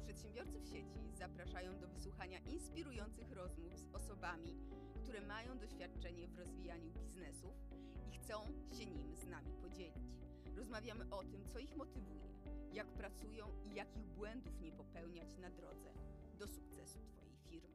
Przedsiębiorcy w sieci zapraszają do wysłuchania inspirujących rozmów z osobami, które mają doświadczenie w rozwijaniu biznesów i chcą się nim z nami podzielić. Rozmawiamy o tym, co ich motywuje, jak pracują i jakich błędów nie popełniać na drodze do sukcesu Twojej firmy.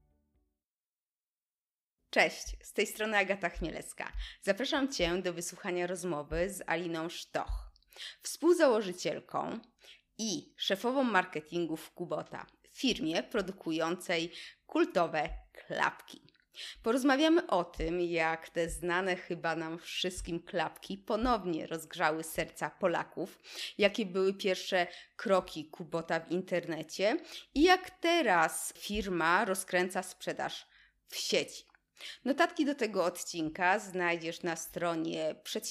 Cześć, z tej strony Agata Chmielewska. Zapraszam Cię do wysłuchania rozmowy z Aliną Sztoch, współzałożycielką i szefową marketingu w Kubota, firmie produkującej kultowe klapki. Porozmawiamy o tym, jak te znane chyba nam wszystkim klapki ponownie rozgrzały serca Polaków, jakie były pierwsze kroki Kubota w internecie i jak teraz firma rozkręca sprzedaż w sieci. Notatki do tego odcinka znajdziesz na stronie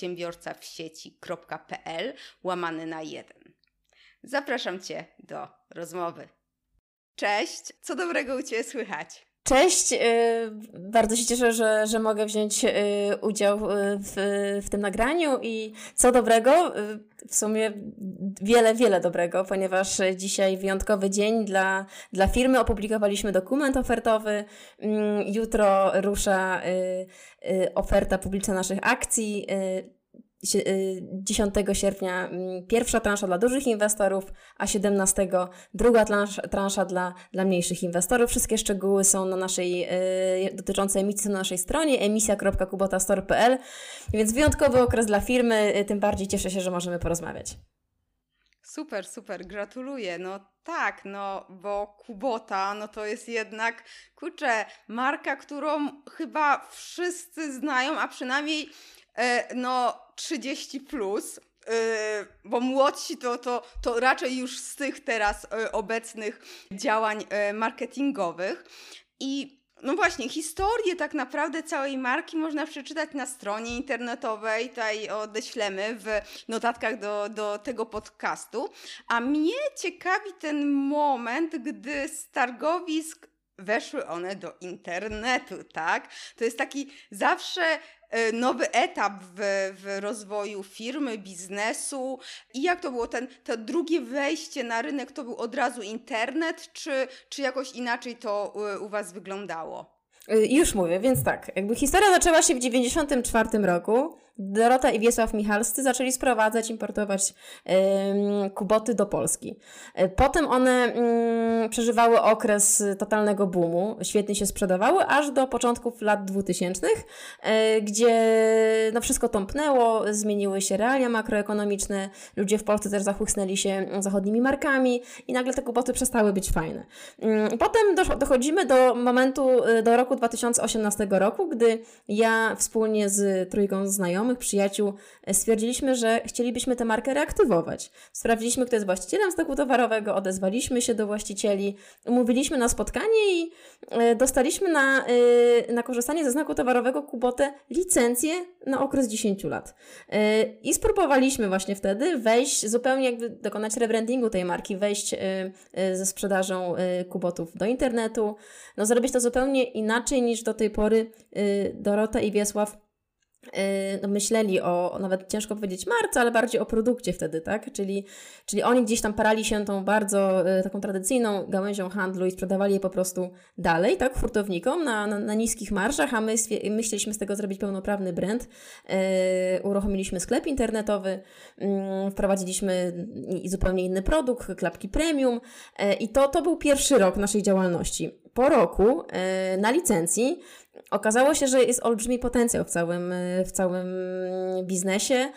przedsiębiorcawsieci.pl/1. Zapraszam Cię do rozmowy. Cześć, co dobrego u Ciebie słychać? Cześć, bardzo się cieszę, że mogę wziąć udział w tym nagraniu i co dobrego, w sumie wiele dobrego, ponieważ dzisiaj wyjątkowy dzień dla firmy, opublikowaliśmy dokument ofertowy, jutro rusza oferta publiczna naszych akcji, 10 sierpnia pierwsza transza dla dużych inwestorów, a 17 druga transza dla mniejszych inwestorów. Wszystkie szczegóły są na naszej, dotyczące emisji na naszej stronie emisja.kubotastore.pl, więc wyjątkowy okres dla firmy, tym bardziej cieszę się, że możemy porozmawiać. Super, gratuluję. No tak, bo Kubota, to jest jednak, marka, którą chyba wszyscy znają, a przynajmniej 30 plus, bo młodsi to raczej już z tych teraz obecnych działań marketingowych. I no właśnie, historię tak naprawdę całej marki można przeczytać na stronie internetowej, tutaj odeślemy w notatkach do tego podcastu. A mnie ciekawi ten moment, gdy z targowisk weszły one do internetu, tak? To jest taki zawsze nowy etap w rozwoju firmy, biznesu. I jak to było? To drugie wejście na rynek to był od razu internet, czy jakoś inaczej to u Was wyglądało? Już mówię, więc tak, jakby historia zaczęła się w 1994 roku. Dorota i Wiesław Michalscy zaczęli importować Kuboty do Polski. Potem one przeżywały okres totalnego boomu, świetnie się sprzedawały, aż do początków lat 2000, gdzie wszystko tąpnęło, zmieniły się realia makroekonomiczne, ludzie w Polsce też zachłysnęli się zachodnimi markami i nagle te Kuboty przestały być fajne. Potem dochodzimy do momentu, do roku 2018 roku, gdy ja wspólnie z trójką znajomych, przyjaciół stwierdziliśmy, że chcielibyśmy tę markę reaktywować. Sprawdziliśmy, kto jest właścicielem stoku towarowego, odezwaliśmy się do właścicieli, umówiliśmy na spotkanie i dostaliśmy na korzystanie ze znaku towarowego Kubotę licencję na okres 10 lat. I spróbowaliśmy właśnie wtedy wejść, zupełnie jakby dokonać rebrandingu tej marki, wejść ze sprzedażą Kubotów do internetu, zrobić to zupełnie inaczej niż do tej pory Dorota i Wiesław myśleli o, nawet ciężko powiedzieć marce, ale bardziej o produkcie wtedy, tak? Czyli oni gdzieś tam parali się tą bardzo taką tradycyjną gałęzią handlu i sprzedawali je po prostu dalej, tak? Hurtownikom na niskich marżach, a my chcieliśmy z tego zrobić pełnoprawny brand. Uruchomiliśmy sklep internetowy, wprowadziliśmy zupełnie inny produkt, klapki premium i to był pierwszy rok naszej działalności. Po roku na licencji okazało się, że jest olbrzymi potencjał w całym biznesie.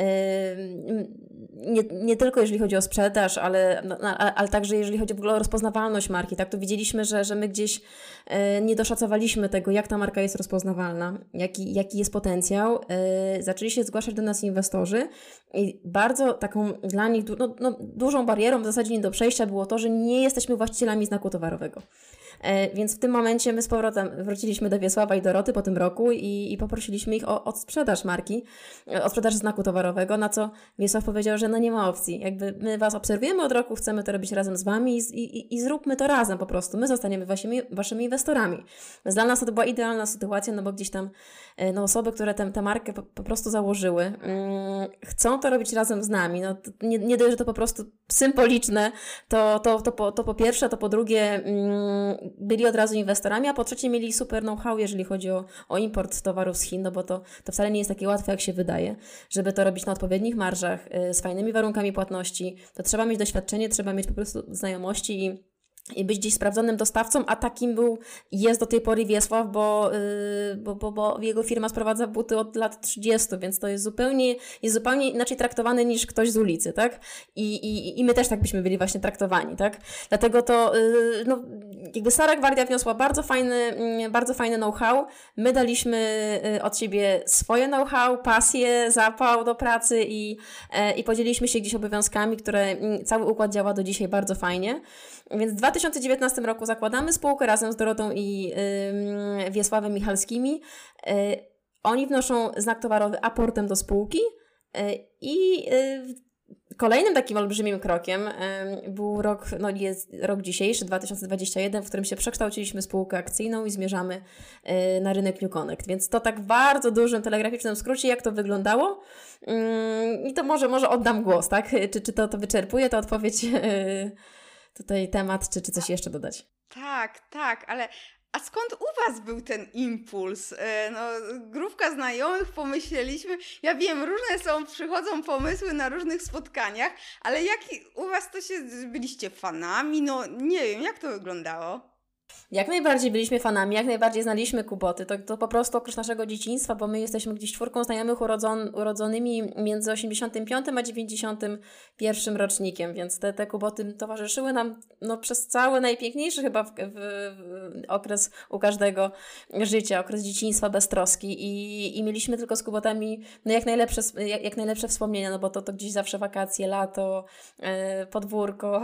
Nie tylko jeżeli chodzi o sprzedaż, ale także jeżeli chodzi w ogóle o rozpoznawalność marki. Tak, to widzieliśmy, że my gdzieś nie doszacowaliśmy tego, jak ta marka jest rozpoznawalna, jaki jest potencjał. Zaczęli się zgłaszać do nas inwestorzy i bardzo taką dla nich dużą barierą, w zasadzie nie do przejścia było to, że nie jesteśmy właścicielami znaku towarowego. Więc w tym momencie my z powrotem wróciliśmy do Wiesława i Doroty po tym roku i poprosiliśmy ich o odsprzedaż marki, o sprzedaż znaku towarowego, na co Wiesław powiedział, że no nie ma opcji. Jakby my Was obserwujemy od roku, chcemy to robić razem z Wami i zróbmy to razem po prostu. My zostaniemy waszymi inwestorami. Więc dla nas to była idealna sytuacja, no bo gdzieś tam osoby, które tę markę po prostu założyły, chcą to robić razem z nami. No, nie dość, że to po prostu symboliczne, to po pierwsze, to po drugie byli od razu inwestorami, a po trzecie mieli super know-how, jeżeli chodzi o import towarów z Chin, no bo to wcale nie jest takie łatwe, jak się wydaje. Żeby to robić na odpowiednich marżach, z fajnymi warunkami płatności, to trzeba mieć doświadczenie, trzeba mieć po prostu znajomości i być gdzieś sprawdzonym dostawcą, a takim jest do tej pory Wiesław, bo jego firma sprowadza buty od lat 30, więc to jest zupełnie inaczej traktowany niż ktoś z ulicy, tak? I my też tak byśmy byli właśnie traktowani, tak? Dlatego to, jakby Stara Gwardia wniosła bardzo fajny know-how, my daliśmy od siebie swoje know-how, pasję, zapał do pracy i podzieliliśmy się gdzieś obowiązkami, które cały układ działa do dzisiaj bardzo fajnie. Więc w 2019 roku zakładamy spółkę razem z Dorotą i Wiesławem Michalskimi. Oni wnoszą znak towarowy aportem do spółki i kolejnym takim olbrzymim krokiem był jest rok dzisiejszy, 2021, w którym się przekształciliśmy w spółkę akcyjną i zmierzamy na rynek New Connect. Więc to tak w bardzo dużym, telegraficznym skrócie, jak to wyglądało. I to może oddam głos, tak? Czy to wyczerpuje ta odpowiedź, tutaj temat, czy coś jeszcze dodać? Tak, ale a skąd u Was był ten impuls? Grupka znajomych, pomyśleliśmy, ja wiem, przychodzą pomysły na różnych spotkaniach, ale jak u Was to byliście fanami? No nie wiem, jak to wyglądało? Jak najbardziej byliśmy fanami, jak najbardziej znaliśmy Kuboty. To po prostu okres naszego dzieciństwa, bo my jesteśmy gdzieś 4 znajomych urodzonymi między 85 a 91 rocznikiem, więc te Kuboty towarzyszyły nam przez cały najpiękniejszy chyba okres u każdego życia, okres dzieciństwa bez troski i mieliśmy tylko z Kubotami jak najlepsze wspomnienia, no bo to gdzieś zawsze wakacje, lato, podwórko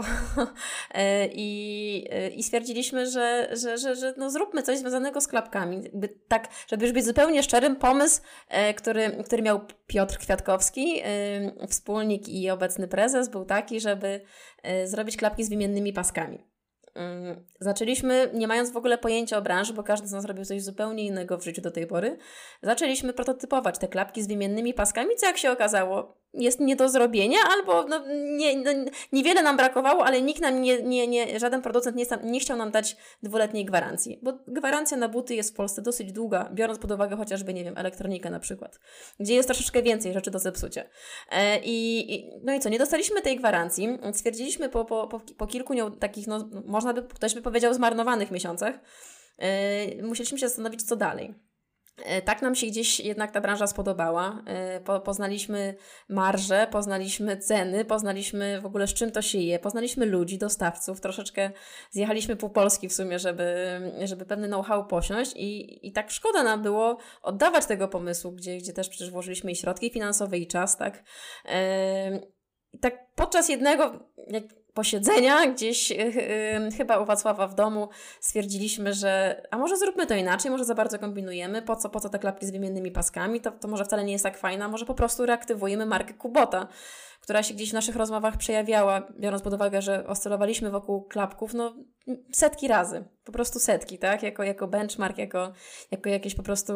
i stwierdziliśmy, że zróbmy coś związanego z klapkami. Tak, żeby już być zupełnie szczerym, pomysł, który miał Piotr Kwiatkowski, wspólnik i obecny prezes, był taki, żeby zrobić klapki z wymiennymi paskami. Zaczęliśmy, nie mając w ogóle pojęcia o branży, bo każdy z nas robił coś zupełnie innego w życiu do tej pory, zaczęliśmy prototypować te klapki z wymiennymi paskami, co jak się okazało jest nie do zrobienia, albo niewiele nam brakowało, ale nikt nam żaden producent nie chciał nam dać 2-letniej gwarancji, bo gwarancja na buty jest w Polsce dosyć długa, biorąc pod uwagę chociażby, nie wiem, elektronikę na przykład, gdzie jest troszeczkę więcej rzeczy do zepsucia. No i co, nie dostaliśmy tej gwarancji, stwierdziliśmy po kilku takich, ktoś by powiedział, zmarnowanych miesiącach, musieliśmy się zastanowić, co dalej. Tak nam się gdzieś jednak ta branża spodobała. Poznaliśmy marże, poznaliśmy ceny, poznaliśmy w ogóle z czym to się je, poznaliśmy ludzi, dostawców, troszeczkę zjechaliśmy pół Polski w sumie, żeby pewny know-how posiąść i tak szkoda nam było oddawać tego pomysłu, gdzie też przecież włożyliśmy i środki finansowe i czas, tak? I tak podczas jednego posiedzenia gdzieś chyba u Wacława w domu stwierdziliśmy, że a może zróbmy to inaczej, może za bardzo kombinujemy, po co te klapki z wymiennymi paskami, to może wcale nie jest tak fajna, może po prostu reaktywujemy markę Kubota, która się gdzieś w naszych rozmowach przejawiała, biorąc pod uwagę, że oscylowaliśmy wokół klapków, setki razy, po prostu setki, tak, jako benchmark, jako jakieś po prostu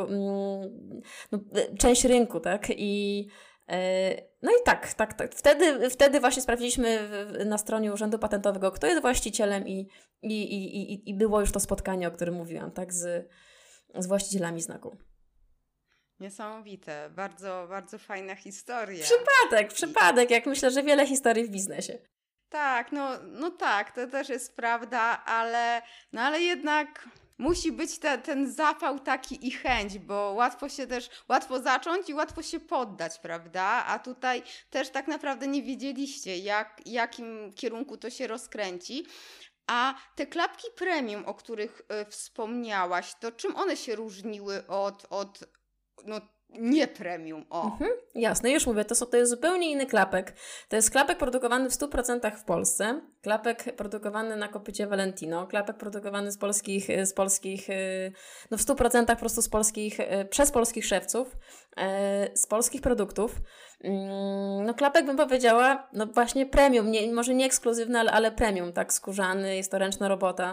część rynku, tak, no i tak. Wtedy właśnie sprawdziliśmy na stronie Urzędu Patentowego, kto jest właścicielem i było już to spotkanie, o którym mówiłam, tak, z właścicielami znaku. Niesamowite, bardzo, bardzo fajna historia. Przypadek, jak myślę, że wiele historii w biznesie. Tak, tak, to też jest prawda, ale jednak musi być ten zapał taki i chęć, bo łatwo zacząć i łatwo się poddać, prawda? A tutaj też tak naprawdę nie wiedzieliście, jakim kierunku to się rozkręci. A te klapki premium, o których wspomniałaś, to czym one się różniły od nie premium? Jasne, już mówię, to jest zupełnie inny klapek. To jest klapek produkowany w 100% w Polsce. Klapek produkowany na kopycie Valentino, klapek produkowany z polskich no w 100% po prostu przez polskich szewców, z polskich produktów. No klapek bym powiedziała, no właśnie premium, może nie ekskluzywny, ale premium, tak, skórzany, jest to ręczna robota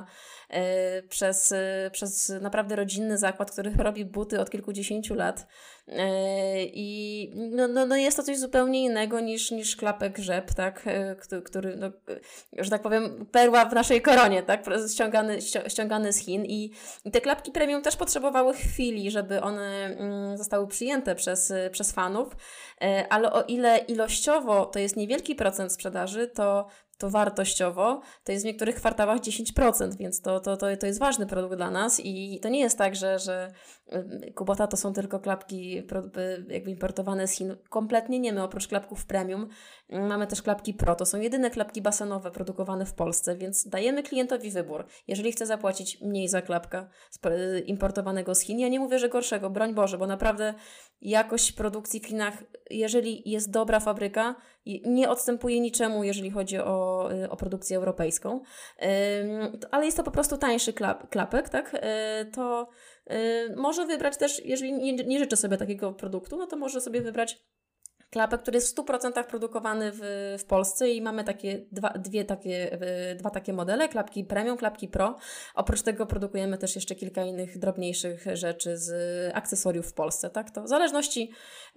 przez naprawdę rodzinny zakład, który robi buty od kilkudziesięciu lat. I no jest to coś zupełnie innego niż klapek rzep, tak, który, no, że tak powiem, perła w naszej koronie, tak, ściągany z Chin i te klapki premium też potrzebowały chwili, żeby one zostały przyjęte przez fanów, ale o ile ilościowo to jest niewielki procent sprzedaży, to wartościowo to jest w niektórych kwartałach 10%, więc to jest ważny produkt dla nas i to nie jest tak, że Kubota to są tylko klapki jakby importowane z Chin. Kompletnie nie, my oprócz klapków premium mamy też klapki pro, to są jedyne klapki basenowe produkowane w Polsce, więc dajemy klientowi wybór. Jeżeli chce zapłacić mniej za klapka importowanego z Chin, ja nie mówię, że gorszego, broń Boże, bo naprawdę jakość produkcji w Chinach, jeżeli jest dobra fabryka, nie odstępuje niczemu, jeżeli chodzi o produkcję europejską, ale jest to po prostu tańszy klapek, tak? To może wybrać też, jeżeli nie życzy sobie takiego produktu, no to może sobie wybrać klapek, który jest w 100% produkowany w Polsce i mamy dwa takie modele, klapki premium, klapki pro. Oprócz tego produkujemy też jeszcze kilka innych drobniejszych rzeczy z akcesoriów w Polsce, tak? To w zależności,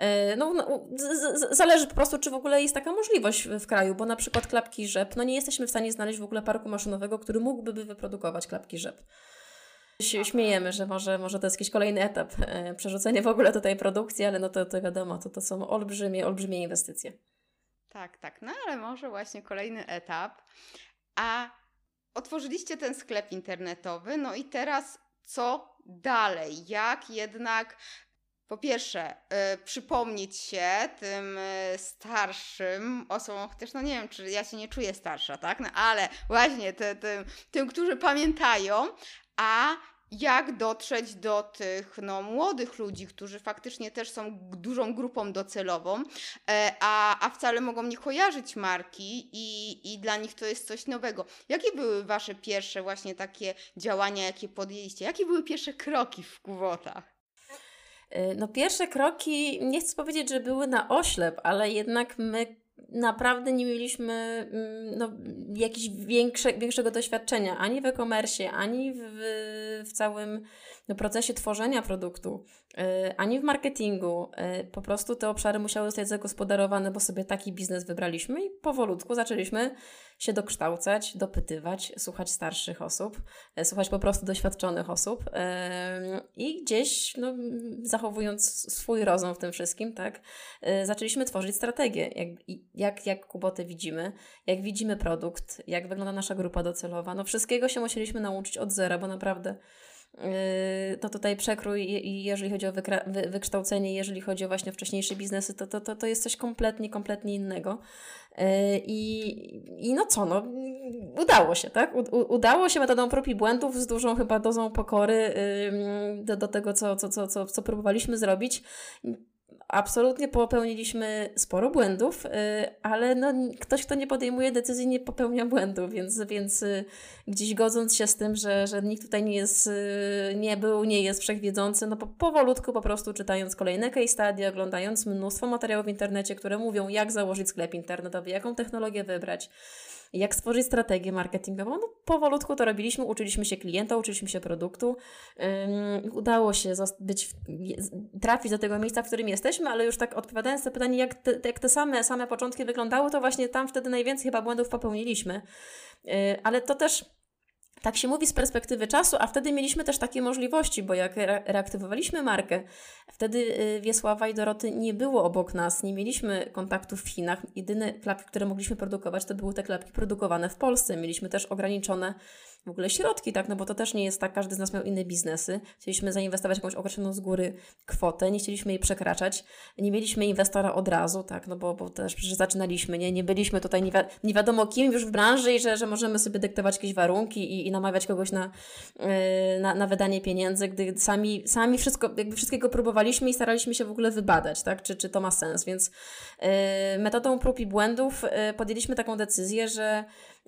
zależy po prostu, czy w ogóle jest taka możliwość w kraju, bo na przykład klapki rzep, no nie jesteśmy w stanie znaleźć w ogóle parku maszynowego, który mógłby wyprodukować klapki rzep. Śmiejemy, że może to jest jakiś kolejny etap, przerzucenie w ogóle tutaj produkcji, ale no to wiadomo, to są olbrzymie inwestycje. Tak, no ale może właśnie kolejny etap. A otworzyliście ten sklep internetowy, no i teraz co dalej? Jak jednak po pierwsze przypomnieć się tym starszym osobom, chociaż no nie wiem, czy ja się nie czuję starsza, tak? No ale właśnie tym, którzy pamiętają, a jak dotrzeć do tych młodych ludzi, którzy faktycznie też są dużą grupą docelową, a wcale mogą nie kojarzyć marki i dla nich to jest coś nowego. Jakie były wasze pierwsze właśnie takie działania, jakie podjęliście? Jakie były pierwsze kroki w Kubotach? No pierwsze kroki, nie chcę powiedzieć, że były na oślep, ale jednak my naprawdę nie mieliśmy jakiegoś większego doświadczenia ani w e-commerce, ani w całym procesie tworzenia produktu, ani w marketingu. Po prostu te obszary musiały zostać zagospodarowane, bo sobie taki biznes wybraliśmy i powolutku zaczęliśmy się dokształcać, dopytywać, słuchać starszych osób, słuchać po prostu doświadczonych osób i gdzieś, zachowując swój rozum w tym wszystkim, tak, zaczęliśmy tworzyć strategię, jak Kubotę widzimy, jak widzimy produkt, jak wygląda nasza grupa docelowa. Wszystkiego się musieliśmy nauczyć od zera, bo naprawdę to tutaj przekrój, jeżeli chodzi o wykształcenie, jeżeli chodzi o właśnie wcześniejsze biznesy, to jest coś kompletnie innego. I udało się, tak? Udało się metodą prób i błędów z dużą chyba dozą pokory do tego, co próbowaliśmy zrobić. Absolutnie popełniliśmy sporo błędów, ale ktoś, kto nie podejmuje decyzji, nie popełnia błędów, więc gdzieś godząc się z tym, że nikt tutaj nie jest wszechwiedzący, powolutku po prostu czytając kolejne case study, oglądając mnóstwo materiałów w internecie, które mówią, jak założyć sklep internetowy, jaką technologię wybrać, jak stworzyć strategię marketingową. Powolutku to robiliśmy, uczyliśmy się klienta, uczyliśmy się produktu. Udało się trafić do tego miejsca, w którym jesteśmy, ale już tak odpowiadając na pytanie, jak te same początki wyglądały, to właśnie tam wtedy najwięcej chyba błędów popełniliśmy. Ale to też tak się mówi z perspektywy czasu, a wtedy mieliśmy też takie możliwości, bo jak reaktywowaliśmy markę, wtedy Wiesława i Doroty nie było obok nas, nie mieliśmy kontaktów w Chinach. Jedyne klapki, które mogliśmy produkować, to były te klapki produkowane w Polsce. Mieliśmy też ograniczone w ogóle środki, tak, bo to też nie jest tak, każdy z nas miał inne biznesy. Chcieliśmy zainwestować jakąś określoną z góry kwotę, nie chcieliśmy jej przekraczać, nie mieliśmy inwestora od razu, tak, bo też przecież zaczynaliśmy, nie byliśmy tutaj nie wiadomo kim już w branży i że możemy sobie dyktować jakieś warunki i namawiać kogoś na wydanie pieniędzy, gdy sami wszystkiego próbowaliśmy i staraliśmy się w ogóle wybadać, tak, czy to ma sens, więc metodą prób i błędów podjęliśmy taką decyzję, że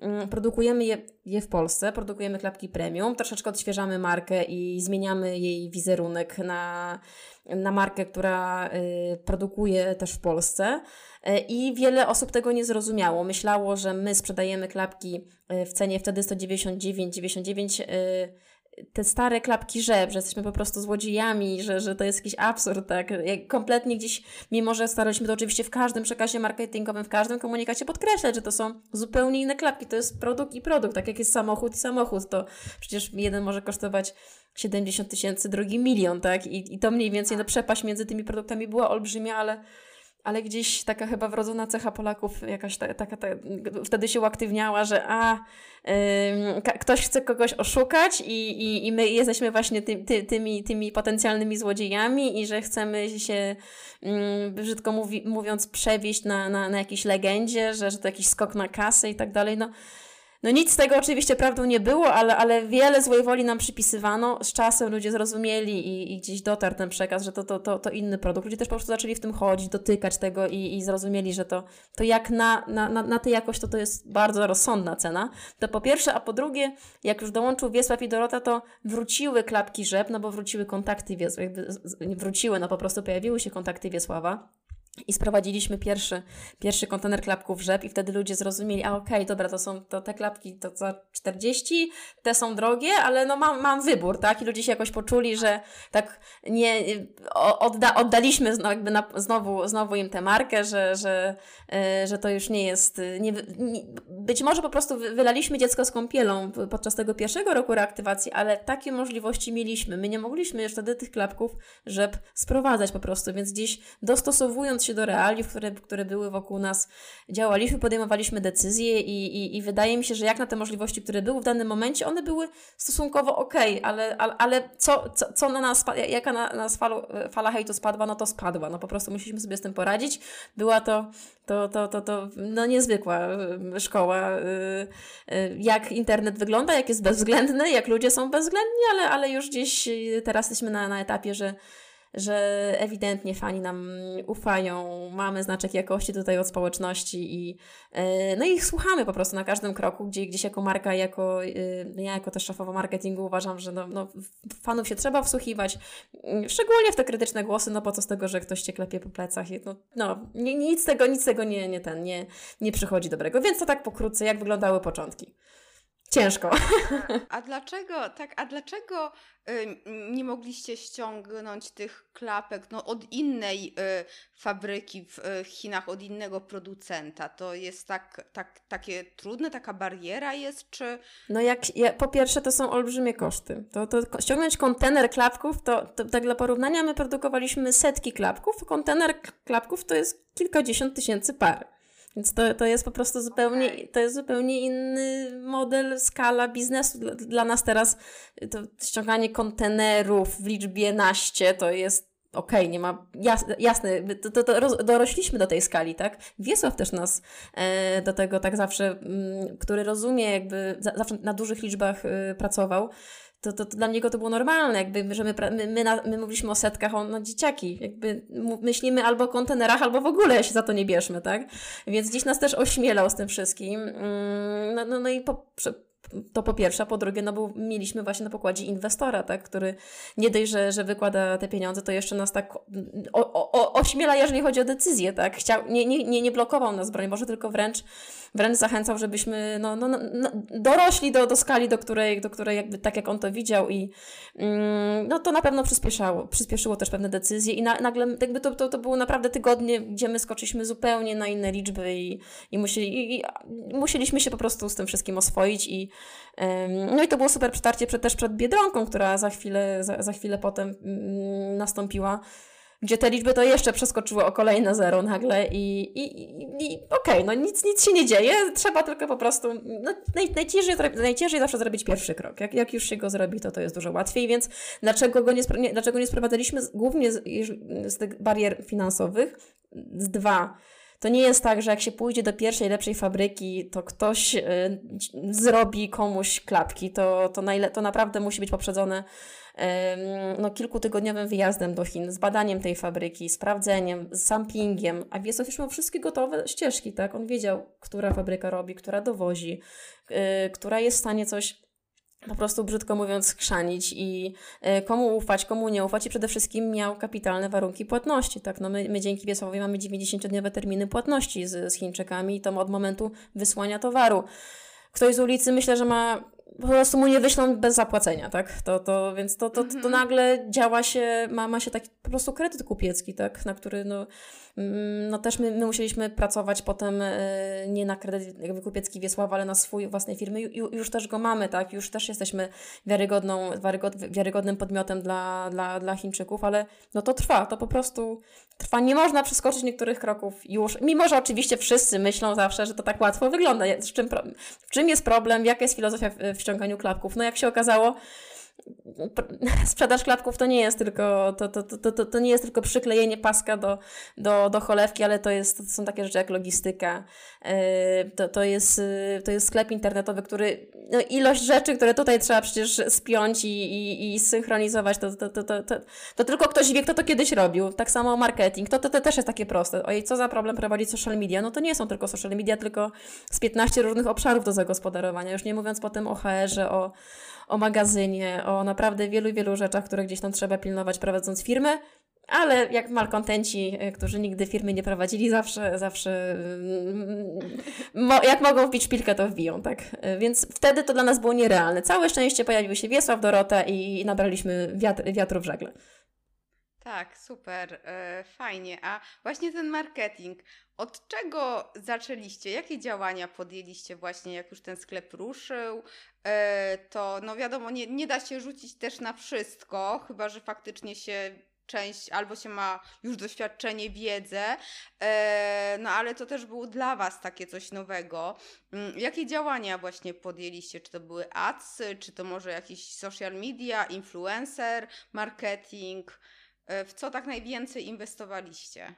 produkujemy je w Polsce, produkujemy klapki premium, troszeczkę odświeżamy markę i zmieniamy jej wizerunek na markę, która produkuje też w Polsce. I wiele osób tego nie zrozumiało. Myślało, że my sprzedajemy klapki w cenie wtedy 199,99, te stare klapki Rzep, że jesteśmy po prostu złodziejami, że to jest jakiś absurd, tak? Kompletnie gdzieś, mimo że staraliśmy to oczywiście w każdym przekazie marketingowym, w każdym komunikacie podkreślać, że to są zupełnie inne klapki, to jest produkt i produkt, tak jak jest samochód i samochód, to przecież jeden może kosztować 70 000, drugi 1 000 000, tak? I to mniej więcej, no przepaść między tymi produktami była olbrzymia, ale gdzieś taka chyba wrodzona cecha Polaków jakaś wtedy się uaktywniała, że ktoś chce kogoś oszukać i my jesteśmy właśnie tymi potencjalnymi złodziejami i że chcemy się, brzydko mówiąc, przewieźć na jakiejś legendzie, że to jakiś skok na kasę i tak dalej. No nic z tego oczywiście prawdą nie było, ale wiele złej woli nam przypisywano. Z czasem ludzie zrozumieli i gdzieś dotarł ten przekaz, że to inny produkt. Ludzie też po prostu zaczęli w tym chodzić, dotykać tego i zrozumieli, że to jak na tę jakość to jest bardzo rozsądna cena. To po pierwsze, a po drugie, jak już dołączył Wiesław i Dorota, to wróciły klapki Rzep, no bo wróciły kontakty wróciły, no po prostu pojawiły się kontakty Wiesława. I sprowadziliśmy pierwszy kontener klapków Rzep i wtedy ludzie zrozumieli, okej, dobra, to te klapki to za 40, te są drogie, ale no mam wybór, tak? I ludzie się jakoś poczuli, że tak nie oddaliśmy znowu im tę markę, że to już nie jest, być może po prostu wylaliśmy dziecko z kąpielą podczas tego pierwszego roku reaktywacji, ale takie możliwości mieliśmy. My nie mogliśmy już wtedy tych klapków Rzep sprowadzać po prostu, więc gdzieś dostosowując się do realiów, które były wokół nas, działaliśmy, podejmowaliśmy decyzje i wydaje mi się, że jak na te możliwości, które były w danym momencie, one były stosunkowo okej, ale co na nas, jaka na nas fala hejtu spadła, no to spadła, no po prostu musieliśmy sobie z tym poradzić. Była to no niezwykła szkoła, jak internet wygląda, jak jest bezwzględny, jak ludzie są bezwzględni, ale już gdzieś teraz jesteśmy na etapie, że ewidentnie fani nam ufają, mamy znaczek jakości tutaj od społeczności i ich słuchamy po prostu na każdym kroku, gdzieś jako marka, ja jako też szefowa marketingu uważam, że fanów się trzeba wsłuchiwać, szczególnie w te krytyczne głosy, no po co z tego, że ktoś cię klepie po plecach i nic z tego nie przychodzi dobrego, więc to tak pokrótce, jak wyglądały początki. Ciężko. A dlaczego nie mogliście ściągnąć tych klapek od innej fabryki w Chinach, od innego producenta? To jest takie trudne, taka bariera jest, czy... No po pierwsze to są olbrzymie koszty. To ściągnąć kontener klapków, to tak dla porównania my produkowaliśmy setki klapków, kontener klapków to jest kilkadziesiąt tysięcy par. Więc to jest po prostu zupełnie inny model, skala biznesu. Dla nas teraz to ściąganie kontenerów w liczbie naście to jest nie ma, jasne, dorośliśmy do tej skali, tak? Wiesław też nas do tego tak zawsze, który rozumie, jakby zawsze na dużych liczbach pracował, to dla niego to było normalne, jakby, że my mówiliśmy o setkach, dzieciaki, jakby myślimy albo o kontenerach, albo w ogóle się za to nie bierzmy, tak? Więc gdzieś nas też ośmielał z tym wszystkim. To po pierwsze, a po drugie, mieliśmy właśnie na pokładzie inwestora, tak, który nie dość, że wykłada te pieniądze, to jeszcze nas tak ośmiela, jeżeli chodzi o decyzję, tak, nie blokował nas, broń Boże, tylko wręcz zachęcał, żebyśmy dorośli do skali, do której jakby tak jak on to widział i to na pewno przyspieszyło też pewne decyzje i nagle jakby to było naprawdę tygodnie, gdzie my skoczyliśmy zupełnie na inne liczby i musieliśmy się po prostu z tym wszystkim oswoić i to było super przetarcie też przed Biedronką, która za chwilę potem nastąpiła, gdzie te liczby to jeszcze przeskoczyły o kolejne zero nagle i nic się nie dzieje, trzeba tylko po prostu, najciężej zawsze zrobić pierwszy krok. Jak już się go zrobi, to jest dużo łatwiej, więc dlaczego nie sprowadzaliśmy głównie z tych barier finansowych? Z dwa. To nie jest tak, że jak się pójdzie do pierwszej, lepszej fabryki, to ktoś zrobi komuś klapki. To naprawdę musi być poprzedzone kilkutygodniowym wyjazdem do Chin, z badaniem tej fabryki, sprawdzeniem, z sampingiem, a Wiesław już miał wszystkie gotowe ścieżki, tak? On wiedział, która fabryka robi, która dowozi, która jest w stanie coś po prostu, brzydko mówiąc, chrzanić i komu ufać, komu nie ufać i przede wszystkim miał kapitalne warunki płatności, tak? No my dzięki Wiesławowi mamy 90-dniowe terminy płatności z Chińczykami i to od momentu wysłania towaru. Ktoś z ulicy myślę, że po prostu mu nie wyślą bez zapłacenia, tak? Więc to nagle działa się, ma się taki po prostu kredyt kupiecki, tak? Na który no też my musieliśmy pracować potem nie na kredyt jakby kupiecki Wiesława, ale na swój własnej firmy. Już też go mamy, tak? Już też jesteśmy wiarygodnym podmiotem dla Chińczyków, ale no to trwa, to po prostu trwa. Nie można przeskoczyć niektórych kroków już, mimo że oczywiście wszyscy myślą zawsze, że to tak łatwo wygląda. W czym jest problem? Jaka jest filozofia w ściąganiu klapków? No jak się okazało, sprzedaż klapków to nie jest tylko to nie jest tylko przyklejenie paska do cholewki, ale to są takie rzeczy jak logistyka, to jest sklep internetowy, który ilość rzeczy, które tutaj trzeba przecież spiąć i synchronizować, to tylko ktoś wie, kto to kiedyś robił. Tak samo marketing, to też jest takie proste. Ojej, co za problem prowadzić social media? No to nie są tylko social media, tylko z 15 różnych obszarów do zagospodarowania. Już nie mówiąc potem o HR-ze, o magazynie, o naprawdę wielu rzeczach, które gdzieś tam trzeba pilnować prowadząc firmę, ale jak malkontenci, którzy nigdy firmy nie prowadzili, zawsze jak mogą wbić szpilkę, to wbiją, tak? Więc wtedy to dla nas było nierealne. Całe szczęście pojawił się Wiesław, Dorota i nabraliśmy wiatru w żagle. Tak, super, fajnie. A właśnie ten marketing, od czego zaczęliście? Jakie działania podjęliście właśnie, jak już ten sklep ruszył? To no wiadomo, nie da się rzucić też na wszystko, chyba że faktycznie się część, albo się ma już doświadczenie, wiedzę, no ale to też było dla Was takie coś nowego. Jakie działania właśnie podjęliście? Czy to były adsy, czy to może jakiś social media, influencer, marketing? W co tak najwięcej inwestowaliście?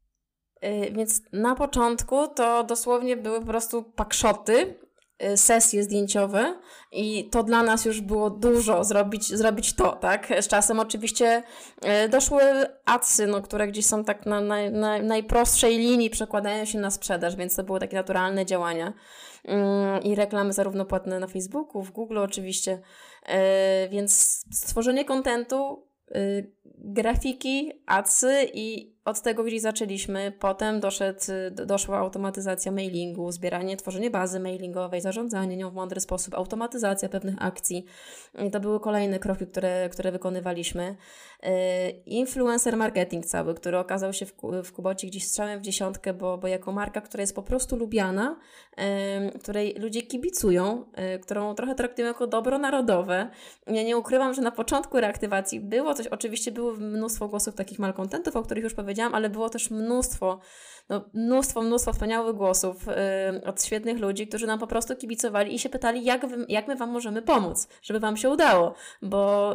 Więc na początku to dosłownie były po prostu pakshoty, sesje zdjęciowe i to dla nas już było dużo zrobić to, tak? Z czasem oczywiście doszły adsy, które gdzieś są tak na najprostszej linii przekładają się na sprzedaż, więc to były takie naturalne działania i reklamy zarówno płatne na Facebooku, w Google oczywiście, więc stworzenie kontentu, grafiki, adsy i od tego gdzieś zaczęliśmy. Potem doszła automatyzacja mailingu, tworzenie bazy mailingowej, zarządzanie nią w mądry sposób, automatyzacja pewnych akcji. I to były kolejne kroki, które wykonywaliśmy. Influencer marketing cały, który okazał się w Kubocie gdzieś strzałem w dziesiątkę, bo jako marka, która jest po prostu lubiana, której ludzie kibicują, którą trochę traktują jako dobro narodowe. Ja nie ukrywam, że na początku reaktywacji oczywiście było mnóstwo głosów takich malkontentów, o których już powiedziałam, ale było też mnóstwo wspaniałych głosów od świetnych ludzi, którzy nam po prostu kibicowali i się pytali, jak my Wam możemy pomóc, żeby Wam się udało, bo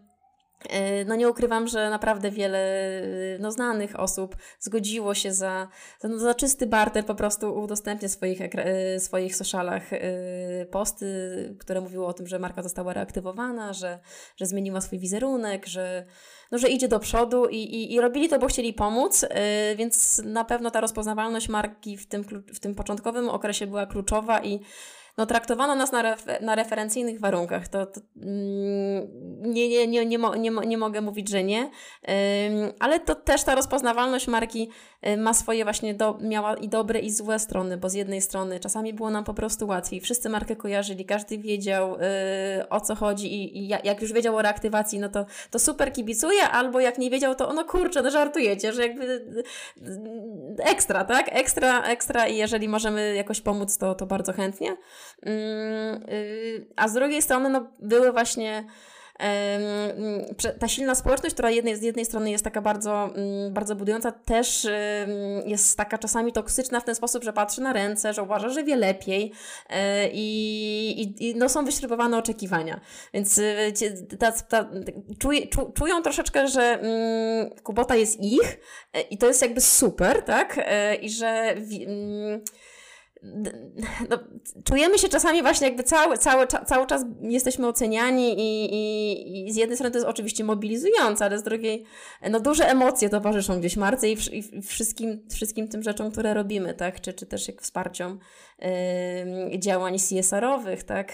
nie ukrywam, że naprawdę wiele znanych osób zgodziło się za czysty barter po prostu udostępniać w swoich socialach posty, które mówiły o tym, że marka została reaktywowana, że zmieniła swój wizerunek, że idzie do przodu i robili to, bo chcieli pomóc, więc na pewno ta rozpoznawalność marki w tym początkowym okresie była kluczowa i traktowano nas na referencyjnych warunkach. Nie mogę mówić, że nie, ale to też ta rozpoznawalność marki ma swoje właśnie, miała i dobre i złe strony, bo z jednej strony czasami było nam po prostu łatwiej. Wszyscy markę kojarzyli, każdy wiedział o co chodzi i jak już wiedział o reaktywacji, to super kibicuje, albo jak nie wiedział, to kurczę, żartujecie, że jakby ekstra, tak? Ekstra i jeżeli możemy jakoś pomóc, to bardzo chętnie. A z drugiej strony były właśnie ta silna społeczność, która z jednej strony jest taka bardzo, bardzo budująca, też jest taka czasami toksyczna w ten sposób, że patrzy na ręce, że uważa, że wie lepiej i są wyśrubowane oczekiwania. Więc czują troszeczkę, że Kubota jest ich i to jest jakby super, tak? I że czujemy się czasami właśnie jakby cały czas jesteśmy oceniani i z jednej strony to jest oczywiście mobilizujące, ale z drugiej duże emocje towarzyszą gdzieś marce i wszystkim tym rzeczom, które robimy, tak? Czy też jak wsparciom. działań CSR-owych, tak?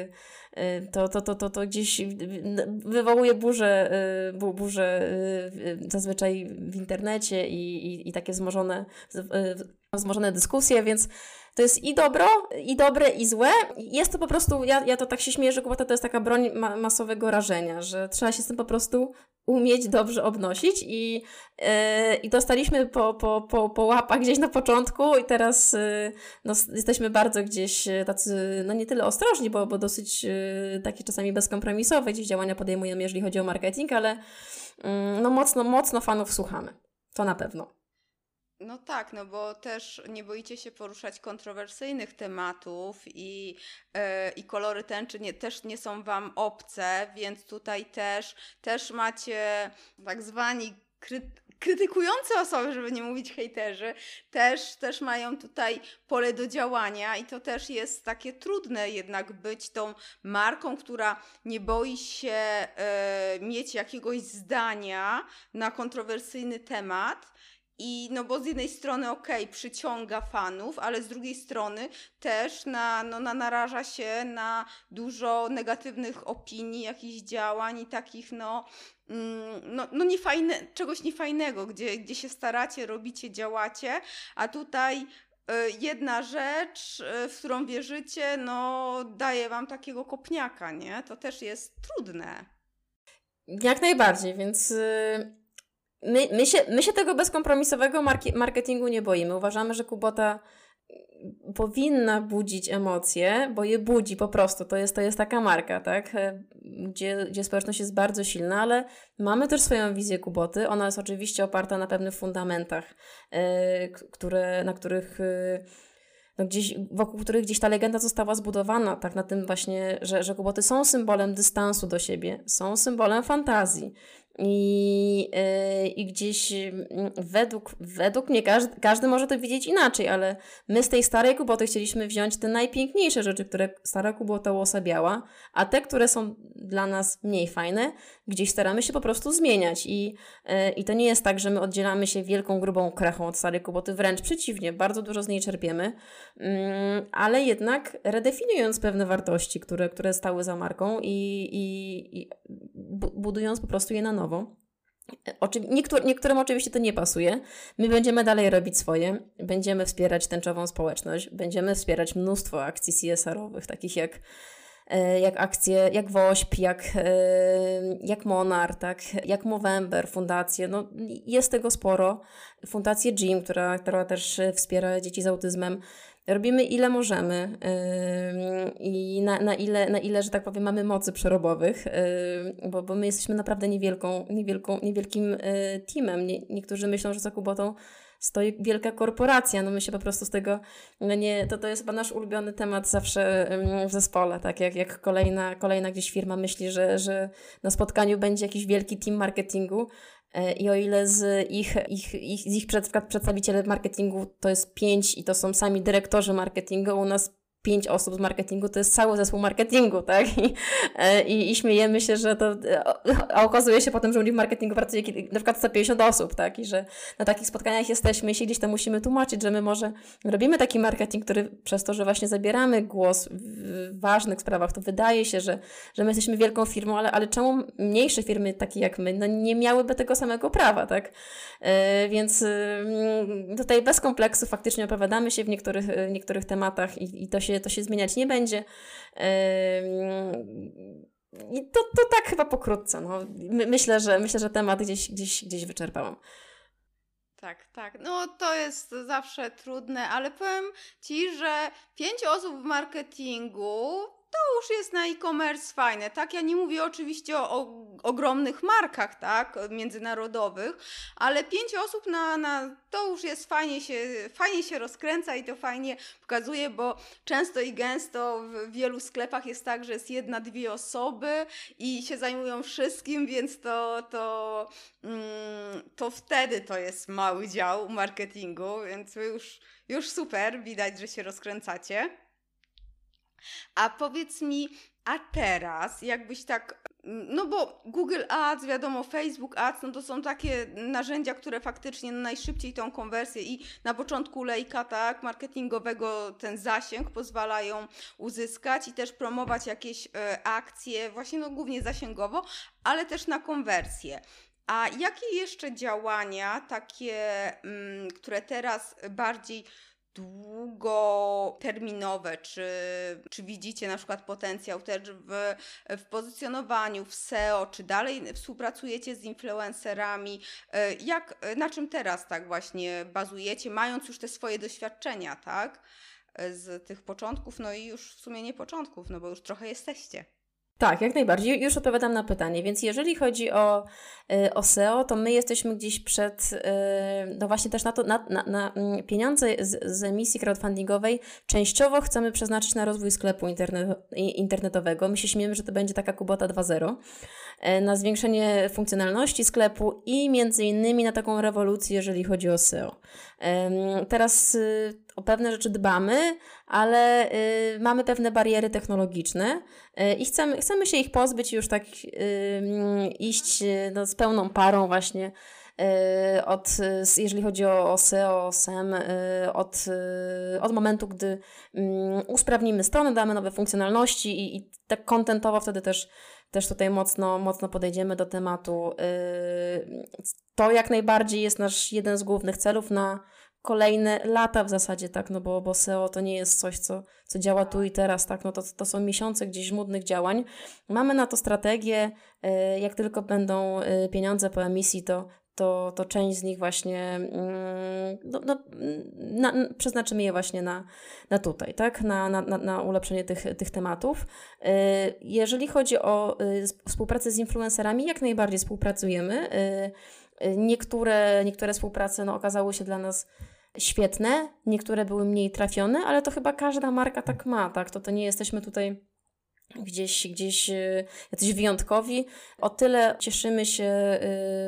To gdzieś wywołuje burzę zazwyczaj w internecie i takie wzmożone dyskusje, więc to jest i dobre, i złe. Jest to po prostu, ja to tak się śmieję, że kubota to jest taka broń masowego rażenia, że trzeba się z tym po prostu umieć dobrze obnosić i dostaliśmy po łapach gdzieś na początku i teraz jesteśmy bardzo gdzieś tacy, nie tyle ostrożni, bo dosyć takie czasami bezkompromisowe gdzieś działania podejmujemy, jeżeli chodzi o marketing, ale mocno fanów słuchamy. To na pewno. No tak, bo też nie boicie się poruszać kontrowersyjnych tematów i kolory tęczy też nie są wam obce, więc tutaj też macie tak zwani krytykujące osoby, żeby nie mówić hejterzy, też mają tutaj pole do działania i to też jest takie trudne jednak być tą marką, która nie boi się mieć jakiegoś zdania na kontrowersyjny temat. I bo z jednej strony przyciąga fanów, ale z drugiej strony też naraża się na dużo negatywnych opinii, jakichś działań i takich czegoś niefajnego, gdzie się staracie, robicie, działacie, a tutaj jedna rzecz, w którą wierzycie, daje wam takiego kopniaka, nie? To też jest trudne. Jak najbardziej, więc... My się tego bezkompromisowego marketingu nie boimy. Uważamy, że Kubota powinna budzić emocje, bo je budzi po prostu. To jest taka marka, tak? Gdzie społeczność jest bardzo silna, ale mamy też swoją wizję Kuboty. Ona jest oczywiście oparta na pewnych fundamentach, wokół których gdzieś ta legenda została zbudowana, tak, na tym właśnie, że Kuboty są symbolem dystansu do siebie, są symbolem fantazji. I gdzieś według mnie każdy może to widzieć inaczej, ale my z tej starej Kuboty chcieliśmy wziąć te najpiękniejsze rzeczy, które stara Kubota uosabiała, a te, które są dla nas mniej fajne, gdzieś staramy się po prostu zmieniać i to nie jest tak, że my oddzielamy się wielką, grubą krechą od starej Kuboty, wręcz przeciwnie, bardzo dużo z niej czerpiemy, ale jednak redefiniując pewne wartości, które stały za marką i budując po prostu je na nowo. Niektórym oczywiście to nie pasuje. My będziemy dalej robić swoje. Będziemy wspierać tęczową społeczność. Będziemy wspierać mnóstwo akcji CSR-owych, takich jak akcje, jak WOŚP, jak Monar, tak, jak Movember, fundacje. Jest tego sporo. Fundację Jim, która też wspiera dzieci z autyzmem. Robimy ile możemy i na ile, że tak powiem, mamy mocy przerobowych, bo my jesteśmy naprawdę niewielkim teamem. Niektórzy myślą, że za Kubotą stoi wielka korporacja. My się po prostu z tego, to jest chyba nasz ulubiony temat zawsze w zespole, tak, jak kolejna gdzieś firma myśli, że na spotkaniu będzie jakiś wielki team marketingu, i o ile z ich przedstawicieli marketingu to jest 5 i to są sami dyrektorzy marketingu, u nas 5 osób z marketingu to jest cały zespół marketingu, tak? I śmiejemy się, że to... A okazuje się potem, że u nich w marketingu pracuje na przykład 150 osób, tak? I że na takich spotkaniach jesteśmy i się gdzieś tam musimy tłumaczyć, że my może robimy taki marketing, który przez to, że właśnie zabieramy głos w ważnych sprawach, to wydaje się, że my jesteśmy wielką firmą, ale czemu mniejsze firmy takie jak my nie miałyby tego samego prawa, tak? Więc tutaj bez kompleksu faktycznie opowiadamy się w niektórych tematach i to się zmieniać nie będzie. I to tak chyba pokrótce. Myślę, że temat gdzieś wyczerpałam. Tak. To jest zawsze trudne, ale powiem Ci, że 5 osób w marketingu to już jest na e-commerce fajne, tak? Ja nie mówię oczywiście o ogromnych markach, tak? Międzynarodowych, ale 5 osób to już jest fajnie się rozkręca i to fajnie pokazuje, bo często i gęsto w wielu sklepach jest tak, że jest 1-2 osoby i się zajmują wszystkim, więc to wtedy to jest mały dział marketingu, więc już super, widać, że się rozkręcacie. A powiedz mi, a teraz jakbyś tak No bo Google Ads, wiadomo, Facebook Ads, no to są takie narzędzia, które faktycznie najszybciej tą konwersję i na początku lejka, tak, marketingowego ten zasięg pozwalają uzyskać i też promować jakieś akcje, właśnie no głównie zasięgowo, ale też na konwersję. A jakie jeszcze działania, takie, które teraz bardziej długoterminowe, czy widzicie na przykład potencjał też w pozycjonowaniu, w SEO, czy dalej współpracujecie z influencerami? Na czym teraz tak właśnie bazujecie, mając już te swoje doświadczenia, tak? Z tych początków, no i już w sumie nie początków, no bo już trochę jesteście. Tak, jak najbardziej. Już odpowiadam na pytanie. Więc jeżeli chodzi o SEO, to my jesteśmy gdzieś przed, no właśnie też na pieniądze z emisji crowdfundingowej częściowo chcemy przeznaczyć na rozwój sklepu internetowego. My się śmiejemy, że to będzie taka Kubota 2.0, na zwiększenie funkcjonalności sklepu i między innymi na taką rewolucję, jeżeli chodzi o SEO. Teraz o pewne rzeczy dbamy, ale mamy pewne bariery technologiczne i chcemy się ich pozbyć i już tak iść z pełną parą właśnie jeżeli chodzi o SEO, SEM, od momentu, gdy usprawnimy stronę, damy nowe funkcjonalności i tak contentowo wtedy też tutaj mocno podejdziemy do tematu. To jak najbardziej jest nasz jeden z głównych celów na kolejne lata w zasadzie, tak, no bo SEO to nie jest coś, co działa tu i teraz, tak, no to są miesiące gdzieś żmudnych działań. Mamy na to strategię, jak tylko będą pieniądze po emisji, to część z nich właśnie przeznaczymy je właśnie na tutaj, tak? Na ulepszenie tych tematów. Jeżeli chodzi o współpracę z influencerami, jak najbardziej współpracujemy. Niektóre współprace okazały się dla nas świetne, niektóre były mniej trafione, ale to chyba każda marka tak ma, tak? To nie jesteśmy tutaj gdzieś jacyś wyjątkowi. O tyle cieszymy się